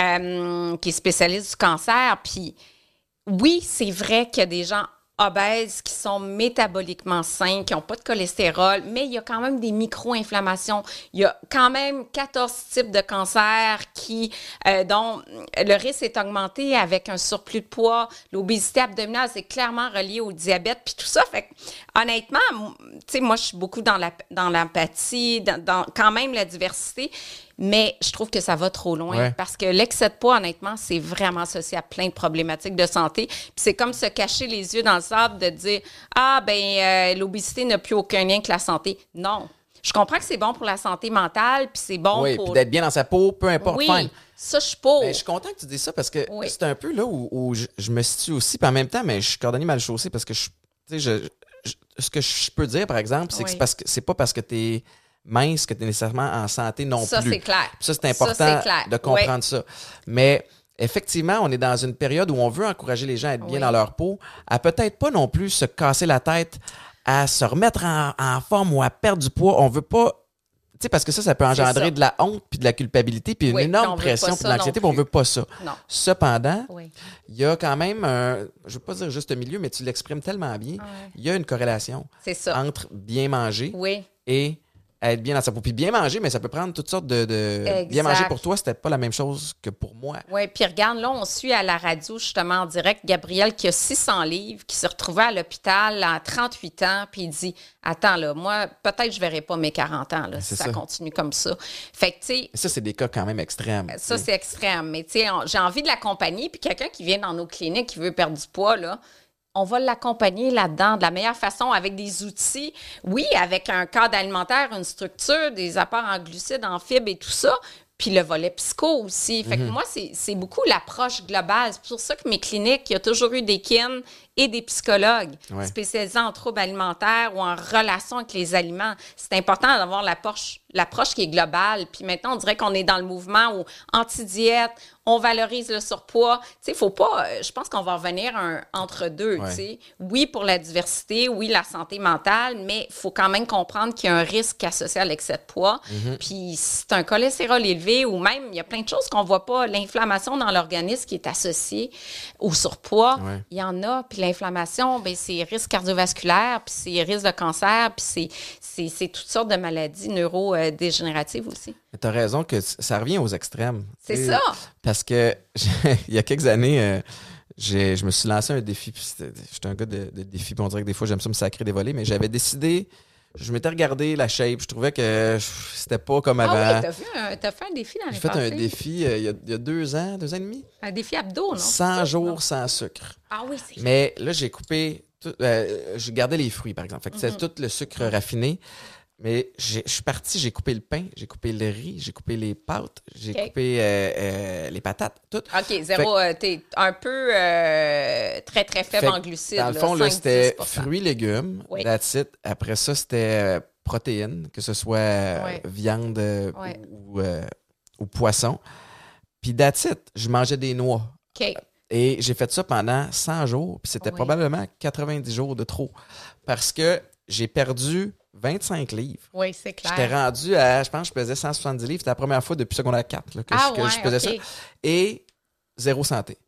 euh, qui est spécialiste du cancer. Puis oui, c'est vrai qu'il y a des gens obèses qui sont métaboliquement sains, qui n'ont pas de cholestérol, mais il y a quand même des micro-inflammations. Il y a quand même quatorze types de cancers qui, euh, dont le risque est augmenté avec un surplus de poids. L'obésité abdominale, c'est clairement relié au diabète, puis tout ça. Fait que, honnêtement, tu sais, moi, je suis beaucoup dans la, dans l'empathie, dans, dans quand même la diversité. Mais je trouve que ça va trop loin Ouais. parce que l'excès de poids, honnêtement, c'est vraiment associé à plein de problématiques de santé. Puis c'est comme se cacher les yeux dans le sable de dire « Ah, ben euh, l'obésité n'a plus aucun lien avec la santé. » Non. Je comprends que c'est bon pour la santé mentale, puis c'est bon Oui, pour... puis d'être bien dans sa peau, peu importe, Oui, fine. ça, je suis pour. Ben, je suis content que tu dises ça parce que Oui. c'est un peu là où, où je, je me situe aussi. Puis en même temps, mais je suis cordonnier mal chaussé parce que je, tu sais, je, je- ce que je peux dire, par exemple, c'est que Oui. c'est parce que c'est pas parce que tu es mince que tu es nécessairement en santé non Ça, plus. c'est clair. Puis ça, c'est Ça, important c'est clair. de comprendre ça. Mais effectivement, on est dans une période où on veut encourager les gens à être bien Oui. dans leur peau, à peut-être pas non plus se casser la tête, à se remettre en, en forme ou à perdre du poids. On veut pas. Tu sais, parce que ça, ça peut engendrer ça. de la honte, puis de la culpabilité, puis une Oui, puis énorme on veut pression, pas puis de ça l'anxiété, non puis on veut plus. pas ça. Non. Cependant, Oui. il y a quand même un, je veux pas dire juste milieu, mais tu l'exprimes tellement bien, Ouais. il y a une corrélation C'est ça. entre bien manger Oui. et être bien dans sa peau. Puis bien manger, mais ça peut prendre toutes sortes de... de... Exact. Bien manger pour toi, c'était pas la même chose que pour moi. Oui, puis regarde, là, on suit à la radio, justement, en direct, Gabriel qui a six cents livres, qui s'est retrouvé à l'hôpital à trente-huit ans, puis il dit « Attends, là, moi, peut-être je verrai pas mes quarante ans, là, si C'est ça, ça. continue comme ça. » Fait que, tu sais, Et ça, c'est des cas quand même extrêmes. ça, tu sais. c'est extrême. Mais, tu sais, on- j'ai envie de l'accompagner, puis quelqu'un qui vient dans nos cliniques, qui veut perdre du poids, là, on va l'accompagner là-dedans de la meilleure façon avec des outils. Oui, avec un cadre alimentaire, une structure, des apports en glucides, en fibres et tout ça. Puis le volet psycho aussi. Fait que moi, c'est, c'est beaucoup l'approche globale. C'est pour ça que mes cliniques, il y a toujours eu des kin et des psychologues Ouais. spécialisés en troubles alimentaires ou en relation avec les aliments. C'est important d'avoir l'approche, l'approche qui est globale. Puis maintenant, on dirait qu'on est dans le mouvement où anti-diète, on valorise le surpoids. Tu sais, il faut pas... euh, Je pense qu'on va revenir à un entre-deux, Ouais. tu sais. Oui, pour la diversité, oui, la santé mentale, mais il faut quand même comprendre qu'il y a un risque associé à l'excès de poids. Mm-hmm. Puis c'est un cholestérol élevé ou même, il y a plein de choses qu'on voit pas. L'inflammation dans l'organisme qui est associée au surpoids, Ouais. il y en a. Puis l'inflammation, ben c'est risque cardiovasculaire, puis c'est risque de cancer, puis c'est, c'est, c'est toutes sortes de maladies neurodégénératives aussi. Tu as raison que c- ça revient aux extrêmes. C'est Tu sais, ça. Parce que il y a quelques années, euh, j'ai, je me suis lancé un défi. Puis c'était- j'étais un gars de, de défi. Puis on dirait que des fois, j'aime ça me sacrer des volets. Mais j'avais décidé, je m'étais regardé la shape. Je trouvais que c'était pas comme avant. Ah oui, t'as, vu un, t'as fait un défi dans les J'ai fait un passés. défi euh, il y, a, il y a deux ans, deux ans et demi. Un défi abdos, non? cent C'est ça? jours Non. sans sucre. Ah oui, c'est Mais là, j'ai coupé. Tout, euh, j'ai gardé les fruits, par exemple. Fait que c'est tout le sucre raffiné. Mais j'ai- je suis parti, j'ai coupé le pain, j'ai coupé le riz, j'ai coupé les pâtes, j'ai OK. coupé euh, euh, les patates, tout. OK, zéro, euh, t'es un peu euh, très, très faible Fait en que, glucides. Dans le fond, là, cinq à c'était dix pour cent. fruits, légumes, Oui. that's it. Après ça, c'était euh, protéines, que ce soit euh, Ouais. viande euh, Ouais. ou, euh, ou poisson. Puis that's it. Je mangeais des noix. OK. Et j'ai fait ça pendant cent jours. Puis c'était Oui. probablement quatre-vingt-dix jours de trop. Parce que j'ai perdu vingt-cinq livres. Oui, c'est clair. J'étais rendu à, je pense que je pesais cent soixante-dix livres. C'était la première fois depuis secondaire quatre là, que, Ah je, que ouais, je pesais OK. ça. Et zéro santé.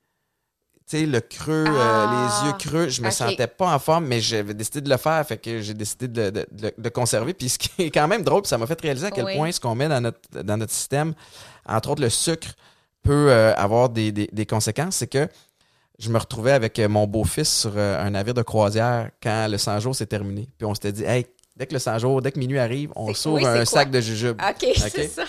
Tu sais, le creux, Ah, euh, les yeux creux, je me OK. sentais pas en forme, mais j'avais décidé de le faire, fait que j'ai décidé de, de, de, de conserver. Puis ce qui est quand même drôle, puis ça m'a fait réaliser à quel Oui. point ce qu'on met dans notre, dans notre système, entre autres le sucre, peut euh, avoir des, des, des conséquences. C'est que je me retrouvais avec euh, mon beau-fils sur euh, un navire de croisière quand le cent jours s'est terminé. Puis on s'était dit, hey, dès que le cent jours, dès que minuit arrive, on C'est- s'ouvre oui, c'est un quoi? sac de jujubes. OK, c'est ça.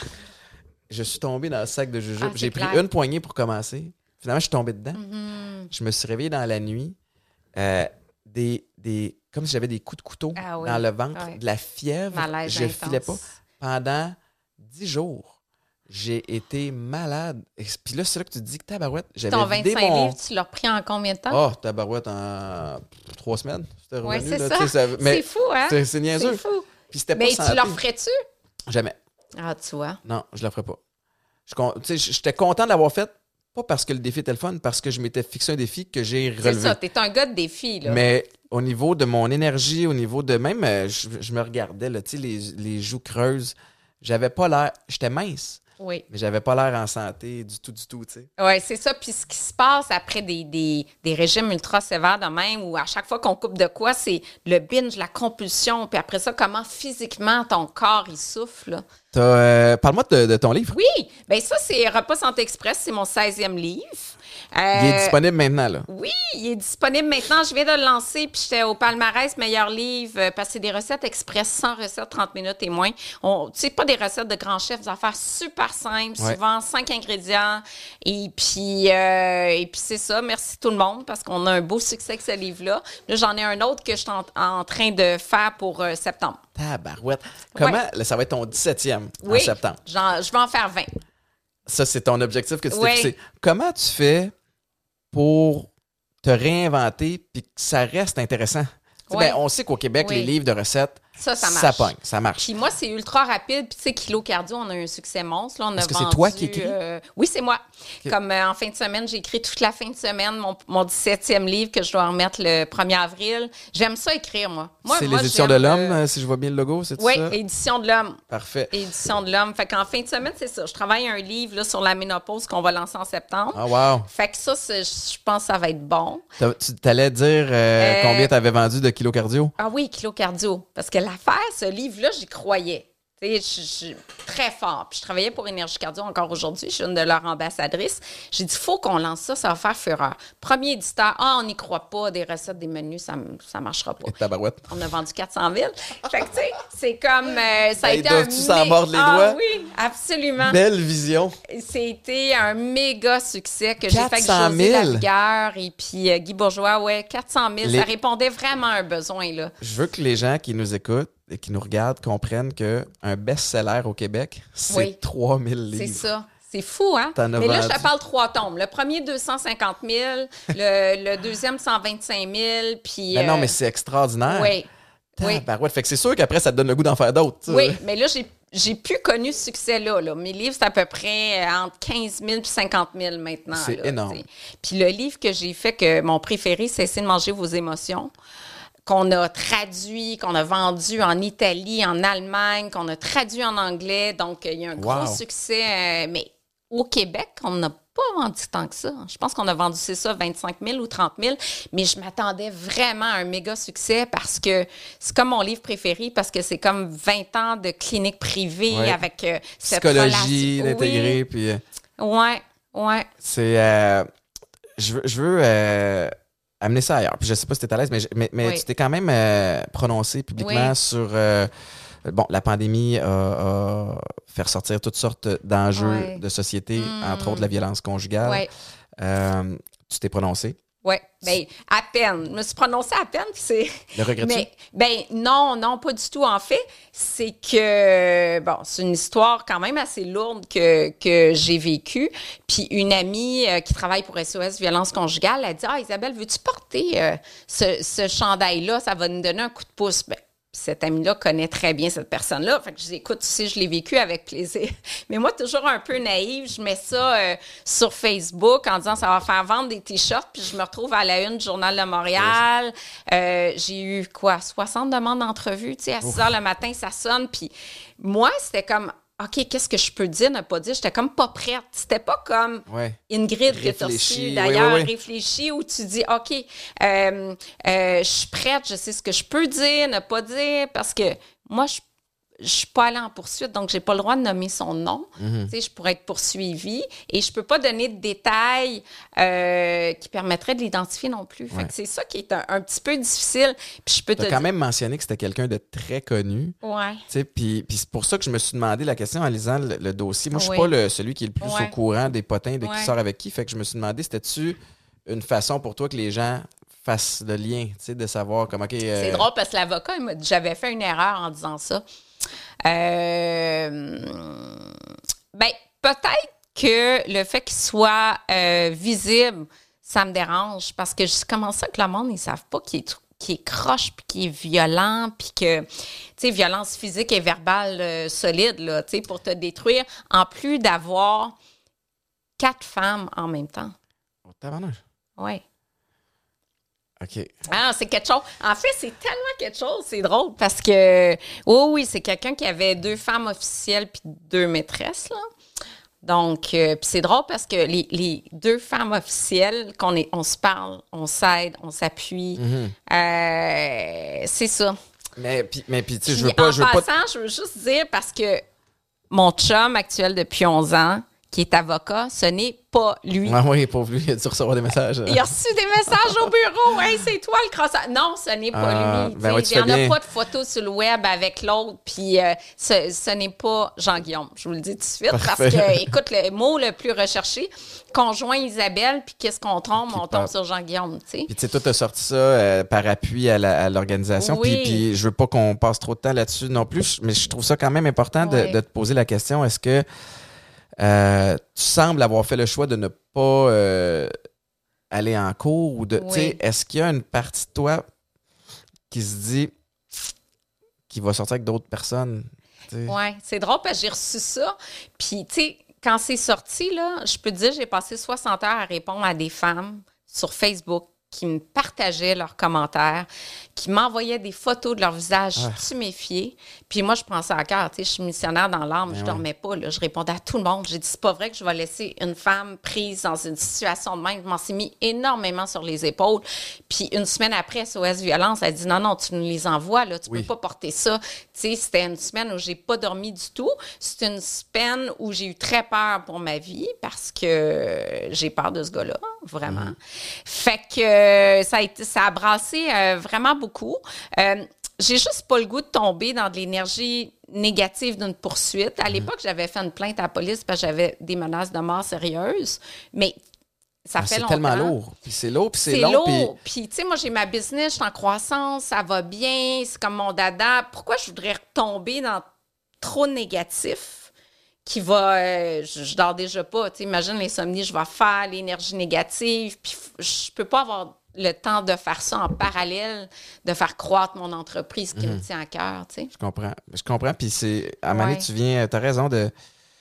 Je suis tombé dans le sac de jujubes. Ah, c'est J'ai pris clair. une poignée pour commencer. Finalement, je suis tombé dedans. Mhm. Je me suis réveillé dans la nuit. euh, des, des, comme si j'avais des coups de couteau Ah oui, dans le ventre, ouais. de la fièvre. Malaise je intense. filais pas. Pendant dix jours, J'ai été malade. Et puis là, c'est là que tu te dis que tabarouette, j'avais Ton vidé vingt-cinq mon... livres, tu l'as repris en combien de temps? Oh, tabarouette en trois semaines. C'était Oui, revenu, c'est là, ça. tu sais, ça... Mais c'est fou, hein? C'est, c'est niaiseux. C'est fou. Puis c'était pas Mais santé. tu leur ferais-tu? Jamais. Ah, tu vois. Non, je le ferais pas. Je, con- tu sais, j'étais content de l'avoir fait, pas parce que le défi était le fun, parce que je m'étais fixé un défi que j'ai relevé. C'est ça, t'es un gars de défi, là. Mais au niveau de mon énergie, au niveau de même, euh, je, je me regardais, là, tu sais, les, les joues creuses. J'avais pas l'air... J'étais mince, Oui. mais j'avais pas l'air en santé du tout, du tout, tu sais. Oui, c'est ça. Puis ce qui se passe après des, des, des régimes ultra sévères de même, où à chaque fois qu'on coupe de quoi, c'est le binge, la compulsion. Puis après ça, comment physiquement ton corps, il souffle, là. T'as, euh, parle-moi de, de ton livre. Oui, bien ça, c'est Repas Santé Express, c'est mon seizième livre. Euh, Il est disponible maintenant, là. Oui, il est disponible maintenant. Je viens de le lancer, puis j'étais au palmarès meilleur livre, euh, parce que c'est des recettes express, cent recettes, trente minutes et moins. On, tu sais, pas des recettes de grands chefs, des affaires super simples, Ouais. souvent cinq ingrédients. Et puis, euh, et puis c'est ça. Merci tout le monde, parce qu'on a un beau succès avec ce livre-là. Là, j'en ai un autre que je suis en, en train de faire pour euh, septembre. Tabarouette. Comment... Là, ça va être ton dix-septième en Oui, septembre. j'en- je vais en faire vingt. Ça, c'est ton objectif que tu t'es Oui. fixé. Comment tu fais pour te réinventer puis que ça reste intéressant? Tu sais, Oui. ben, on sait qu'au Québec, Oui. les livres de recettes, Ça, ça ça marche. pogne, ça marche. Puis moi, c'est ultra rapide. Puis tu sais, Kilo Cardio, on a un succès monstre. Là, on a Est-ce que c'est vendu, toi qui écris? euh, oui, c'est moi. Ok. Comme euh, en fin de semaine, j'ai écrit toute la fin de semaine mon, mon dix-septième livre que je dois remettre le premier avril. J'aime ça écrire, moi. moi c'est moi, les éditions de j'aime, l'Homme, euh, euh, si je vois bien le logo, c'est Oui, ça? Édition de l'Homme. Parfait. Édition de l'Homme. Fait qu'en fin de semaine, c'est ça. Je travaille un livre là, sur la ménopause qu'on va lancer en septembre. Ah, wow. Fait que ça, c'est- je pense que ça va être bon. T'as- Tu t'allais dire euh, Euh, combien tu avais vendu de kilos cardio? Ah oui, Kilo Cardio. Parce que l'affaire, ce livre-là, j'y croyais. Tu sais, je je suis très fort. Puis je travaillais pour Énergie Cardio encore aujourd'hui. Je suis une de leurs ambassadrices. J'ai dit, faut qu'on lance ça, ça va faire fureur. Premier éditeur, ah, on n'y croit pas, des recettes, des menus, ça ne marchera pas. Et tabarouette. On a vendu quatre cent mille. Fait que, tu sais, c'est comme. euh, ça a Hey, été un. doivent-tu s'en mé- mordre les ah, doigts? oui, absolument. Belle vision. C'était un méga succès que j'ai fait avec quatre cent José mille. Lavigueur et puis euh, Guy Bourgeois. Ouais, quatre cent mille. Les- Ça répondait vraiment à un besoin, là. Je veux que les gens qui nous écoutent et qui nous regardent comprennent qu'un best-seller au Québec, c'est Oui. trois mille livres. C'est ça. C'est fou, hein? T'en as Mais là, je vendu. te parle trois tomes. Le premier, deux cent cinquante mille. Le, le deuxième, cent vingt-cinq mille. Puis. Mais non, euh, mais c'est extraordinaire. Oui. Oui. Tabarouette. Fait que c'est sûr qu'après, ça te donne le goût d'en faire d'autres. tu sais. Oui, mais là, j'ai. J'ai plus connu ce succès-là. Là. Mes livres, c'est à peu près euh, entre quinze mille et cinquante mille maintenant. C'est là, énorme. t'sais. Puis le livre que j'ai fait, que mon préféré, c'est Essayer de manger vos émotions, qu'on a traduit, qu'on a vendu en Italie, en Allemagne, qu'on a traduit en anglais. Donc, il y a un gros Wow. succès. euh, mais au Québec, on n'a pas vendu tant que ça. Je pense qu'on a vendu, c'est ça, vingt-cinq mille ou trente mille. Mais je m'attendais vraiment à un méga succès parce que c'est comme mon livre préféré, parce que c'est comme vingt ans de clinique privée Ouais. avec euh, cette Psychologie, relation- d'intégrer. Puis euh, Oui, ouais, ouais. c'est. euh, je veux, je veux euh, amener ça ailleurs. Puis je sais pas si t'es à l'aise, mais, je- mais, mais Oui. tu t'es quand même euh, prononcé publiquement Oui. sur. euh, bon, la pandémie a, a fait ressortir toutes sortes d'enjeux Ouais. de société, Mm. entre autres la violence conjugale. Ouais. Euh, tu t'es prononcé. Oui, bien, à peine. Je me suis prononcée à peine, puis c'est... Le regrettes-tu? Mais, ben non, non, pas du tout. En fait, c'est que, bon, c'est une histoire quand même assez lourde que, que j'ai vécue. Puis une amie euh, qui travaille pour S O S Violence Conjugale, elle dit, ah, Isabelle, veux-tu porter euh, ce, ce chandail-là? Ça va nous donner un coup de pouce. Ben, cette amie-là connaît très bien cette personne-là. Fait que je dis, écoute, tu sais, je l'ai vécu avec plaisir. Mais moi, toujours un peu naïve, je mets ça euh, sur Facebook en disant, ça va faire vendre des T-shirts. Puis je me retrouve à la une du Journal de Montréal. Euh, j'ai eu, quoi, soixante demandes d'entrevue. Tu sais, à six heures le matin, ça sonne. Puis moi, c'était comme, OK, qu'est-ce que je peux dire, ne pas dire? J'étais comme pas prête. C'était pas comme Ouais. Ingrid que tu as Réfléchi, reçu oui, d'ailleurs, oui, oui. réfléchi, où tu dis, OK, euh, euh, je suis prête, je sais ce que je peux dire, ne pas dire, parce que moi, je je suis pas allée en poursuite, donc j'ai pas le droit de nommer son nom. Mhm. Tu sais, je pourrais être poursuivie et je peux pas donner de détails euh, qui permettraient de l'identifier non plus. Fait Ouais. que c'est ça qui est un, un petit peu difficile. Puis je peux te Tu as quand dire... même mentionné que c'était quelqu'un de très connu. Ouais. Tu sais, Puis puis c'est pour ça que je me suis demandé la question en lisant le, le dossier. Moi, je suis Oui. pas le, celui qui est le plus Ouais. au courant des potins, de qui Ouais. sort avec qui. Fait que je me suis demandé, c'était-tu une façon pour toi que les gens fassent le lien, tu sais, de savoir comme, OK... euh, C'est drôle parce que l'avocat, il m'a dit, j'avais fait une erreur en disant ça. Euh, ben, peut-être que le fait qu'il soit euh, visible, ça me dérange parce que je comment ça que le monde, ils savent pas qu'il est, qu'il est croche puis qu'il est violent puis que, tu sais, violence physique et verbale euh, solide, là, tu sais, pour te détruire, en plus d'avoir quatre femmes en même temps. Oh, tabarnouche. Oui. OK. Ah, c'est quelque chose. En fait, c'est tellement quelque chose, c'est drôle parce que, oui, oui, c'est quelqu'un qui avait deux femmes officielles puis deux maîtresses, là. Donc, euh, puis c'est drôle parce que les, les deux femmes officielles, qu'on est, on se parle, on s'aide, on s'appuie, mm-hmm. euh, c'est ça. Mais puis, mais puis, tu sais, je Puis veux pas, en je veux passant, pas. je veux juste dire parce que mon chum actuel depuis onze ans, qui est avocat, ce n'est pas lui. Ah oui, pauvre lui, il a dû recevoir des messages. Il a reçu des messages au bureau. Hey, c'est toi le crosseur. Non, ce n'est pas ah, lui. Ben ouais, il n'y en bien. a pas de photos sur le web avec l'autre. Puis euh, ce, ce n'est pas Jean-Guillaume. Je vous le dis tout de suite. Parfait. Parce que, écoute, le mot le plus recherché, conjoint Isabelle, puis qu'est-ce qu'on tombe? Qui on tombe sur Jean-Guillaume. T'sais. Puis tu sais, toi, tu as sorti ça euh, par appui à, la, à l'organisation. Oui. Puis, puis je veux pas qu'on passe trop de temps là-dessus non plus, mais je trouve ça quand même important de, oui. de te poser la question. Est-ce que Euh, tu sembles avoir fait le choix de ne pas euh, aller en cours ou de, oui. est-ce qu'il y a une partie de toi qui se dit qu'il va sortir avec d'autres personnes? Oui, c'est drôle parce que j'ai reçu ça. Puis, tu sais, quand c'est sorti, là, je peux te dire, j'ai passé soixante heures à répondre à des femmes sur Facebook qui me partageaient leurs commentaires, qui m'envoyaient des photos de leur visage ah. tuméfié. Puis moi, je pensais à cœur, tu sais, je suis missionnaire dans l'âme, je ouais. dormais pas, là, je répondais à tout le monde. J'ai dit, c'est pas vrai que je vais laisser une femme prise dans une situation de même. Je m'en suis mis énormément sur les épaules. Puis une semaine après, S O S Violence, elle dit, non, non, tu nous les envoies, là, tu oui. peux pas porter ça. Tu sais, c'était une semaine où j'ai pas dormi du tout. C'est une semaine où j'ai eu très peur pour ma vie parce que j'ai peur de ce gars-là, vraiment. Mm. Fait que ça a, été, ça a brassé euh, vraiment beaucoup. Euh, j'ai juste pas le goût de tomber dans de l'énergie négative d'une poursuite. À l'époque, mmh. j'avais fait une plainte à la police parce que j'avais des menaces de mort sérieuses, mais ça ah, fait c'est longtemps. C'est tellement lourd. Puis c'est lourd, puis c'est, c'est long. lourd. Puis, puis tu sais, moi, j'ai ma business, je suis en croissance, ça va bien, c'est comme mon dada. Pourquoi je voudrais retomber dans trop négatif? Qui va, euh, je, je dors déjà pas, tu sais, imagine l'insomnie, je vais faire l'énergie négative, puis je peux pas avoir le temps de faire ça en parallèle, de faire croître mon entreprise qui mmh. me tient à cœur, tu sais. Je comprends, je comprends, puis c'est, à un moment donné, tu viens, t'as raison de,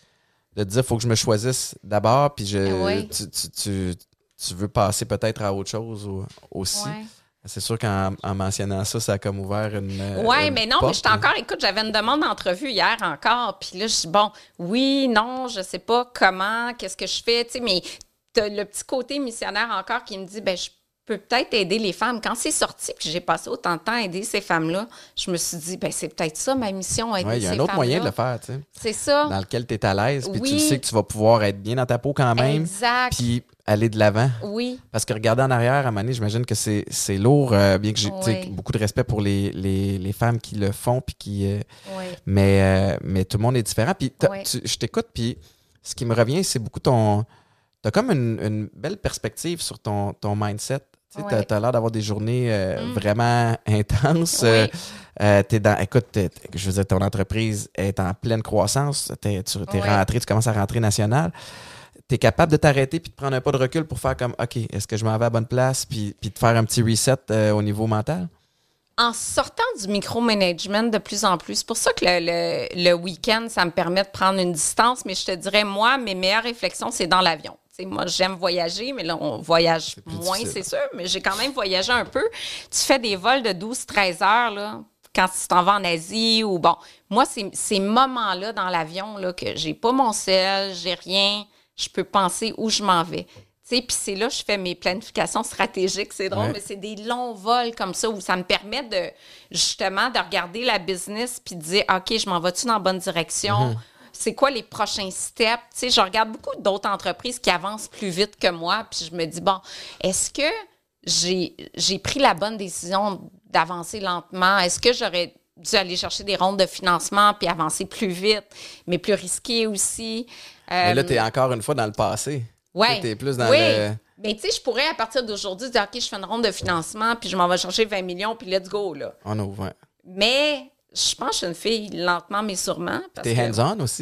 de te dire, il faut que je me choisisse d'abord, puis je, ouais. tu, tu, tu, tu veux passer peut-être à autre chose ou, aussi. Ouais. C'est sûr qu'en en mentionnant ça, ça a comme ouvert une. Oui, une mais non, porte, mais j'étais encore, écoute, j'avais une demande d'entrevue hier encore. Puis là, je dis, bon, oui, non, je sais pas comment, qu'est-ce que je fais, tu sais, mais t'as le petit côté missionnaire encore qui me dit, ben je peux peut-être aider les femmes. Quand c'est sorti, puis j'ai passé autant de temps à aider ces femmes-là, je me suis dit, ben c'est peut-être ça ma mission, aider ouais, ces femmes-là. Il y a un autre moyen de le faire, tu sais. C'est ça. Dans lequel tu es à l'aise, puis oui. tu sais que tu vas pouvoir être bien dans ta peau quand même. Exact. Puis aller de l'avant. Oui. Parce que regarder en arrière, à un moment donné, j'imagine que c'est, c'est lourd, euh, bien que j'ai oui. beaucoup de respect pour les, les, les femmes qui le font, puis qui... Euh, oui. mais, euh, mais tout le monde est différent. Puis oui. tu, je t'écoute, puis ce qui me revient, c'est beaucoup ton... T'as comme une, une belle perspective sur ton, ton mindset. Tu oui. as l'air d'avoir des journées euh, mm. vraiment intenses. Oui. Euh, euh, t'es dans, écoute, t'es, je veux dire, ton entreprise est en pleine croissance. T'es, tu es oui. rentré, tu commences à rentrer national. Tu es capable de t'arrêter puis de prendre un pas de recul pour faire comme, OK, est-ce que je m'en vais à la bonne place puis, puis de faire un petit reset euh, au niveau mental? En sortant du micromanagement de plus en plus, c'est pour ça que le, le, le week-end, ça me permet de prendre une distance, mais je te dirais, moi, mes meilleures réflexions, c'est dans l'avion. T'sais, moi, j'aime voyager, mais là, on voyage moins, difficile. C'est sûr, mais j'ai quand même voyagé un peu. Tu fais des vols de douze treize heures, là, quand tu t'en vas en Asie ou bon. Moi, c'est ces moments-là dans l'avion, là, que j'ai pas mon sel, j'ai rien, je peux penser où je m'en vais. Puis c'est là que je fais mes planifications stratégiques. C'est drôle, ouais. mais c'est des longs vols comme ça où ça me permet de, justement, de regarder la business puis de dire, OK, je m'en vais-tu dans la bonne direction? Mm-hmm. C'est quoi les prochains steps? Tu sais, je regarde beaucoup d'autres entreprises qui avancent plus vite que moi puis je me dis, bon, est-ce que j'ai, j'ai pris la bonne décision d'avancer lentement? Est-ce que j'aurais dû aller chercher des rondes de financement puis avancer plus vite, mais plus risqué aussi? Mais là, tu es encore une fois dans le passé. Ouais. T'es plus dans oui. le... Mais tu sais, je pourrais, à partir d'aujourd'hui, dire, OK, je fais une ronde de financement, puis je m'en vais chercher vingt millions, puis let's go, là. On ouvre, ouais. Mais je pense que je suis une fille lentement, mais sûrement. T'es hands-on aussi.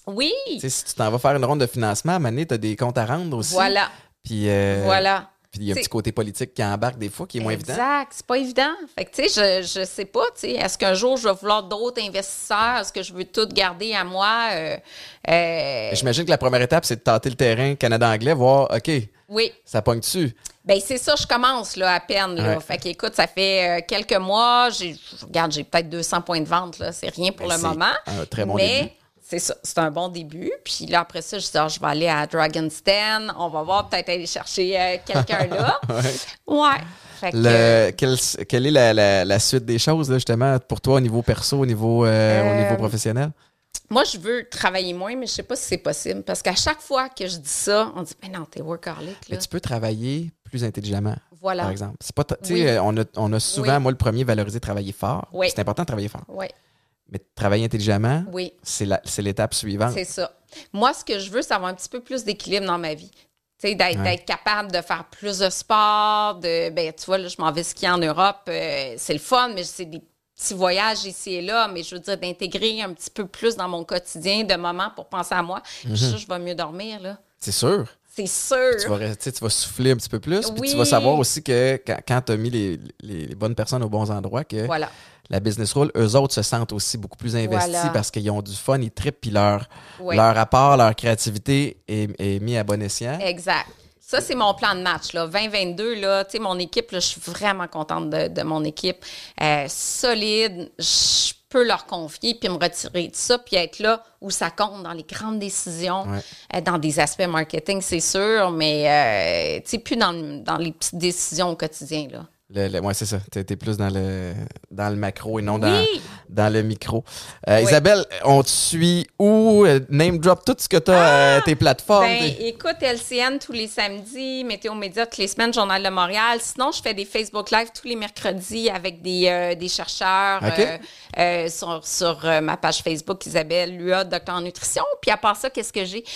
Oui. Tu sais, si tu t'en vas faire une ronde de financement, à un moment donné, tu as des comptes à rendre aussi. Voilà. Puis, euh, voilà. Puis il y a un T'sais, petit côté politique qui embarque des fois, qui est moins exact, évident. Exact, c'est pas évident. Fait que, tu sais, je, je sais pas, tu sais, est-ce qu'un jour, je vais vouloir d'autres investisseurs? Est-ce que je veux tout garder à moi? Euh, euh... J'imagine que la première étape, c'est de tâter le terrain Canada-anglais, voir, OK, oui. ça pogne dessus. Ben c'est ça, je commence là, à peine. Là. Ouais. Fait qu'écoute, ça fait euh, quelques mois, j'ai, regarde, j'ai peut-être deux cents points de vente, là. C'est rien pour Ben, le c'est moment. un très bon mais début. C'est ça, c'est un bon début. Puis là, après ça, je dis, ah, je vais aller à Dragon's Den. On va voir, peut-être aller chercher euh, quelqu'un là. ouais. Ouais. Fait que, Le, quelle, quelle est la, la, la suite des choses, là, justement, pour toi, au niveau perso, au niveau, euh, Euh, au niveau professionnel? Moi, je veux travailler moins, mais je sais pas si c'est possible. Parce qu'à chaque fois que je dis ça, on dit, ben non, t'es workaholic. Là. Mais tu peux travailler plus intelligemment, Voilà. par exemple. C'est pas, tu sais, Oui. on, a, on a souvent, Oui. moi, le premier, valorisé travailler fort. Oui. C'est important de travailler fort. Oui. Mais travailler intelligemment, Oui. c'est, la, c'est l'étape suivante. C'est ça. Moi, ce que je veux, c'est avoir un petit peu plus d'équilibre dans ma vie. Tu sais, d'être, Ouais. d'être capable de faire plus de sport, de, ben, tu vois, là, je m'en vais skier en Europe, euh, c'est le fun, mais c'est des petits voyages ici et là, mais je veux dire, d'intégrer un petit peu plus dans mon quotidien de moments pour penser à moi. Mhm. Je suis sûre que je vais mieux dormir, là. C'est sûr. C'est sûr. Tu vas, rester- tu vas souffler un petit peu plus. Puis Oui. tu vas savoir aussi que quand, quand tu as mis les, les, les bonnes personnes aux bons endroits, que Voilà. la business roule, eux autres se sentent aussi beaucoup plus investis Voilà. parce qu'ils ont du fun, ils trippent, puis leur, Ouais. leur apport, leur créativité est, est mis à bon escient. Exact. Ça, c'est mon plan de match. Là. vingt vingt-deux, là, tu sais, mon équipe, là, je suis vraiment contente de, de mon équipe. Euh, solide, je peux leur confier puis me retirer de ça puis être là où ça compte dans les grandes décisions, Ouais. euh, dans des aspects marketing, c'est sûr, mais euh, tu sais, plus dans, le- dans les petites décisions au quotidien, là. Le, le- ouais, c'est ça. T'es, t'es plus dans le, dans le macro et non dans, Oui! dans le micro. Euh, Oui. Isabelle, on te suit où? Euh, Name drop tout ce que tu as, tes plateformes. Ben, tes- écoute, L C N tous les samedis, Météo Média toutes les semaines, Journal de Montréal. Sinon, je fais des Facebook Live tous les mercredis avec des, euh, des chercheurs OK. euh, euh, sur, sur euh, ma page Facebook, Isabelle Lua, docteur en nutrition. Puis à part ça, qu'est-ce que j'ai?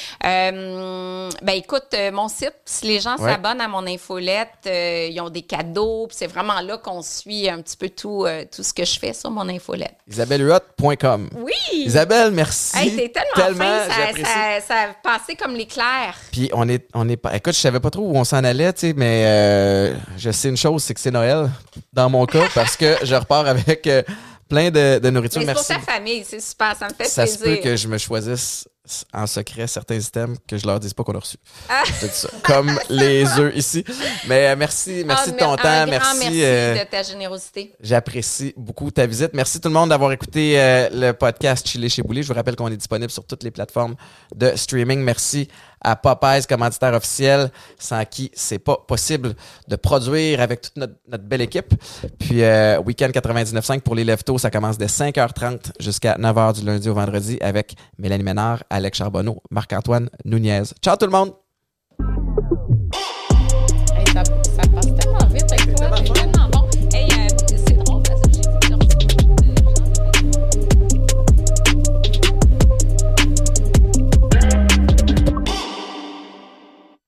Euh, ben écoute, euh, mon site, si les gens Ouais. s'abonnent à mon infolette, euh, ils ont des cadeaux. Puis c'est vraiment là qu'on suit un petit peu tout, euh, tout ce que je fais sur mon infolette. isabelle huot point com. Oui! Isabelle, merci. Hey, t'es tellement, fin, ça, j'apprécie. ça, ça a passé comme l'éclair. Puis on est, on est pas. Écoute, je savais pas trop où on s'en allait, tu sais, mais euh, je sais une chose, c'est que c'est Noël dans mon cas parce que je repars avec euh, plein de, de nourriture. Mais c'est pour Merci. ta famille, c'est super, ça me fait Ça se plaisir. peut que je me choisisse en secret certains items que je leur dise pas qu'on a reçus. Ah. Je te dis ça. Comme les œufs ici. Mais euh, merci, merci Ah, de ton mer- temps. un grand Merci. merci euh, de ta générosité. J'apprécie beaucoup ta visite. Merci tout le monde d'avoir écouté euh, le podcast Chili chez Boulay. Je vous rappelle qu'on est disponible sur toutes les plateformes de streaming. Merci à Popeyes, commanditaire officiel, sans qui c'est pas possible de produire avec toute notre, notre belle équipe. Puis euh, Week-end quatre-vingt-dix-neuf virgule cinq pour les leftos, ça commence dès cinq heures trente jusqu'à neuf heures du lundi au vendredi avec Mélanie Ménard, Alex Charbonneau, Marc-Antoine Nunez. Ciao tout le monde!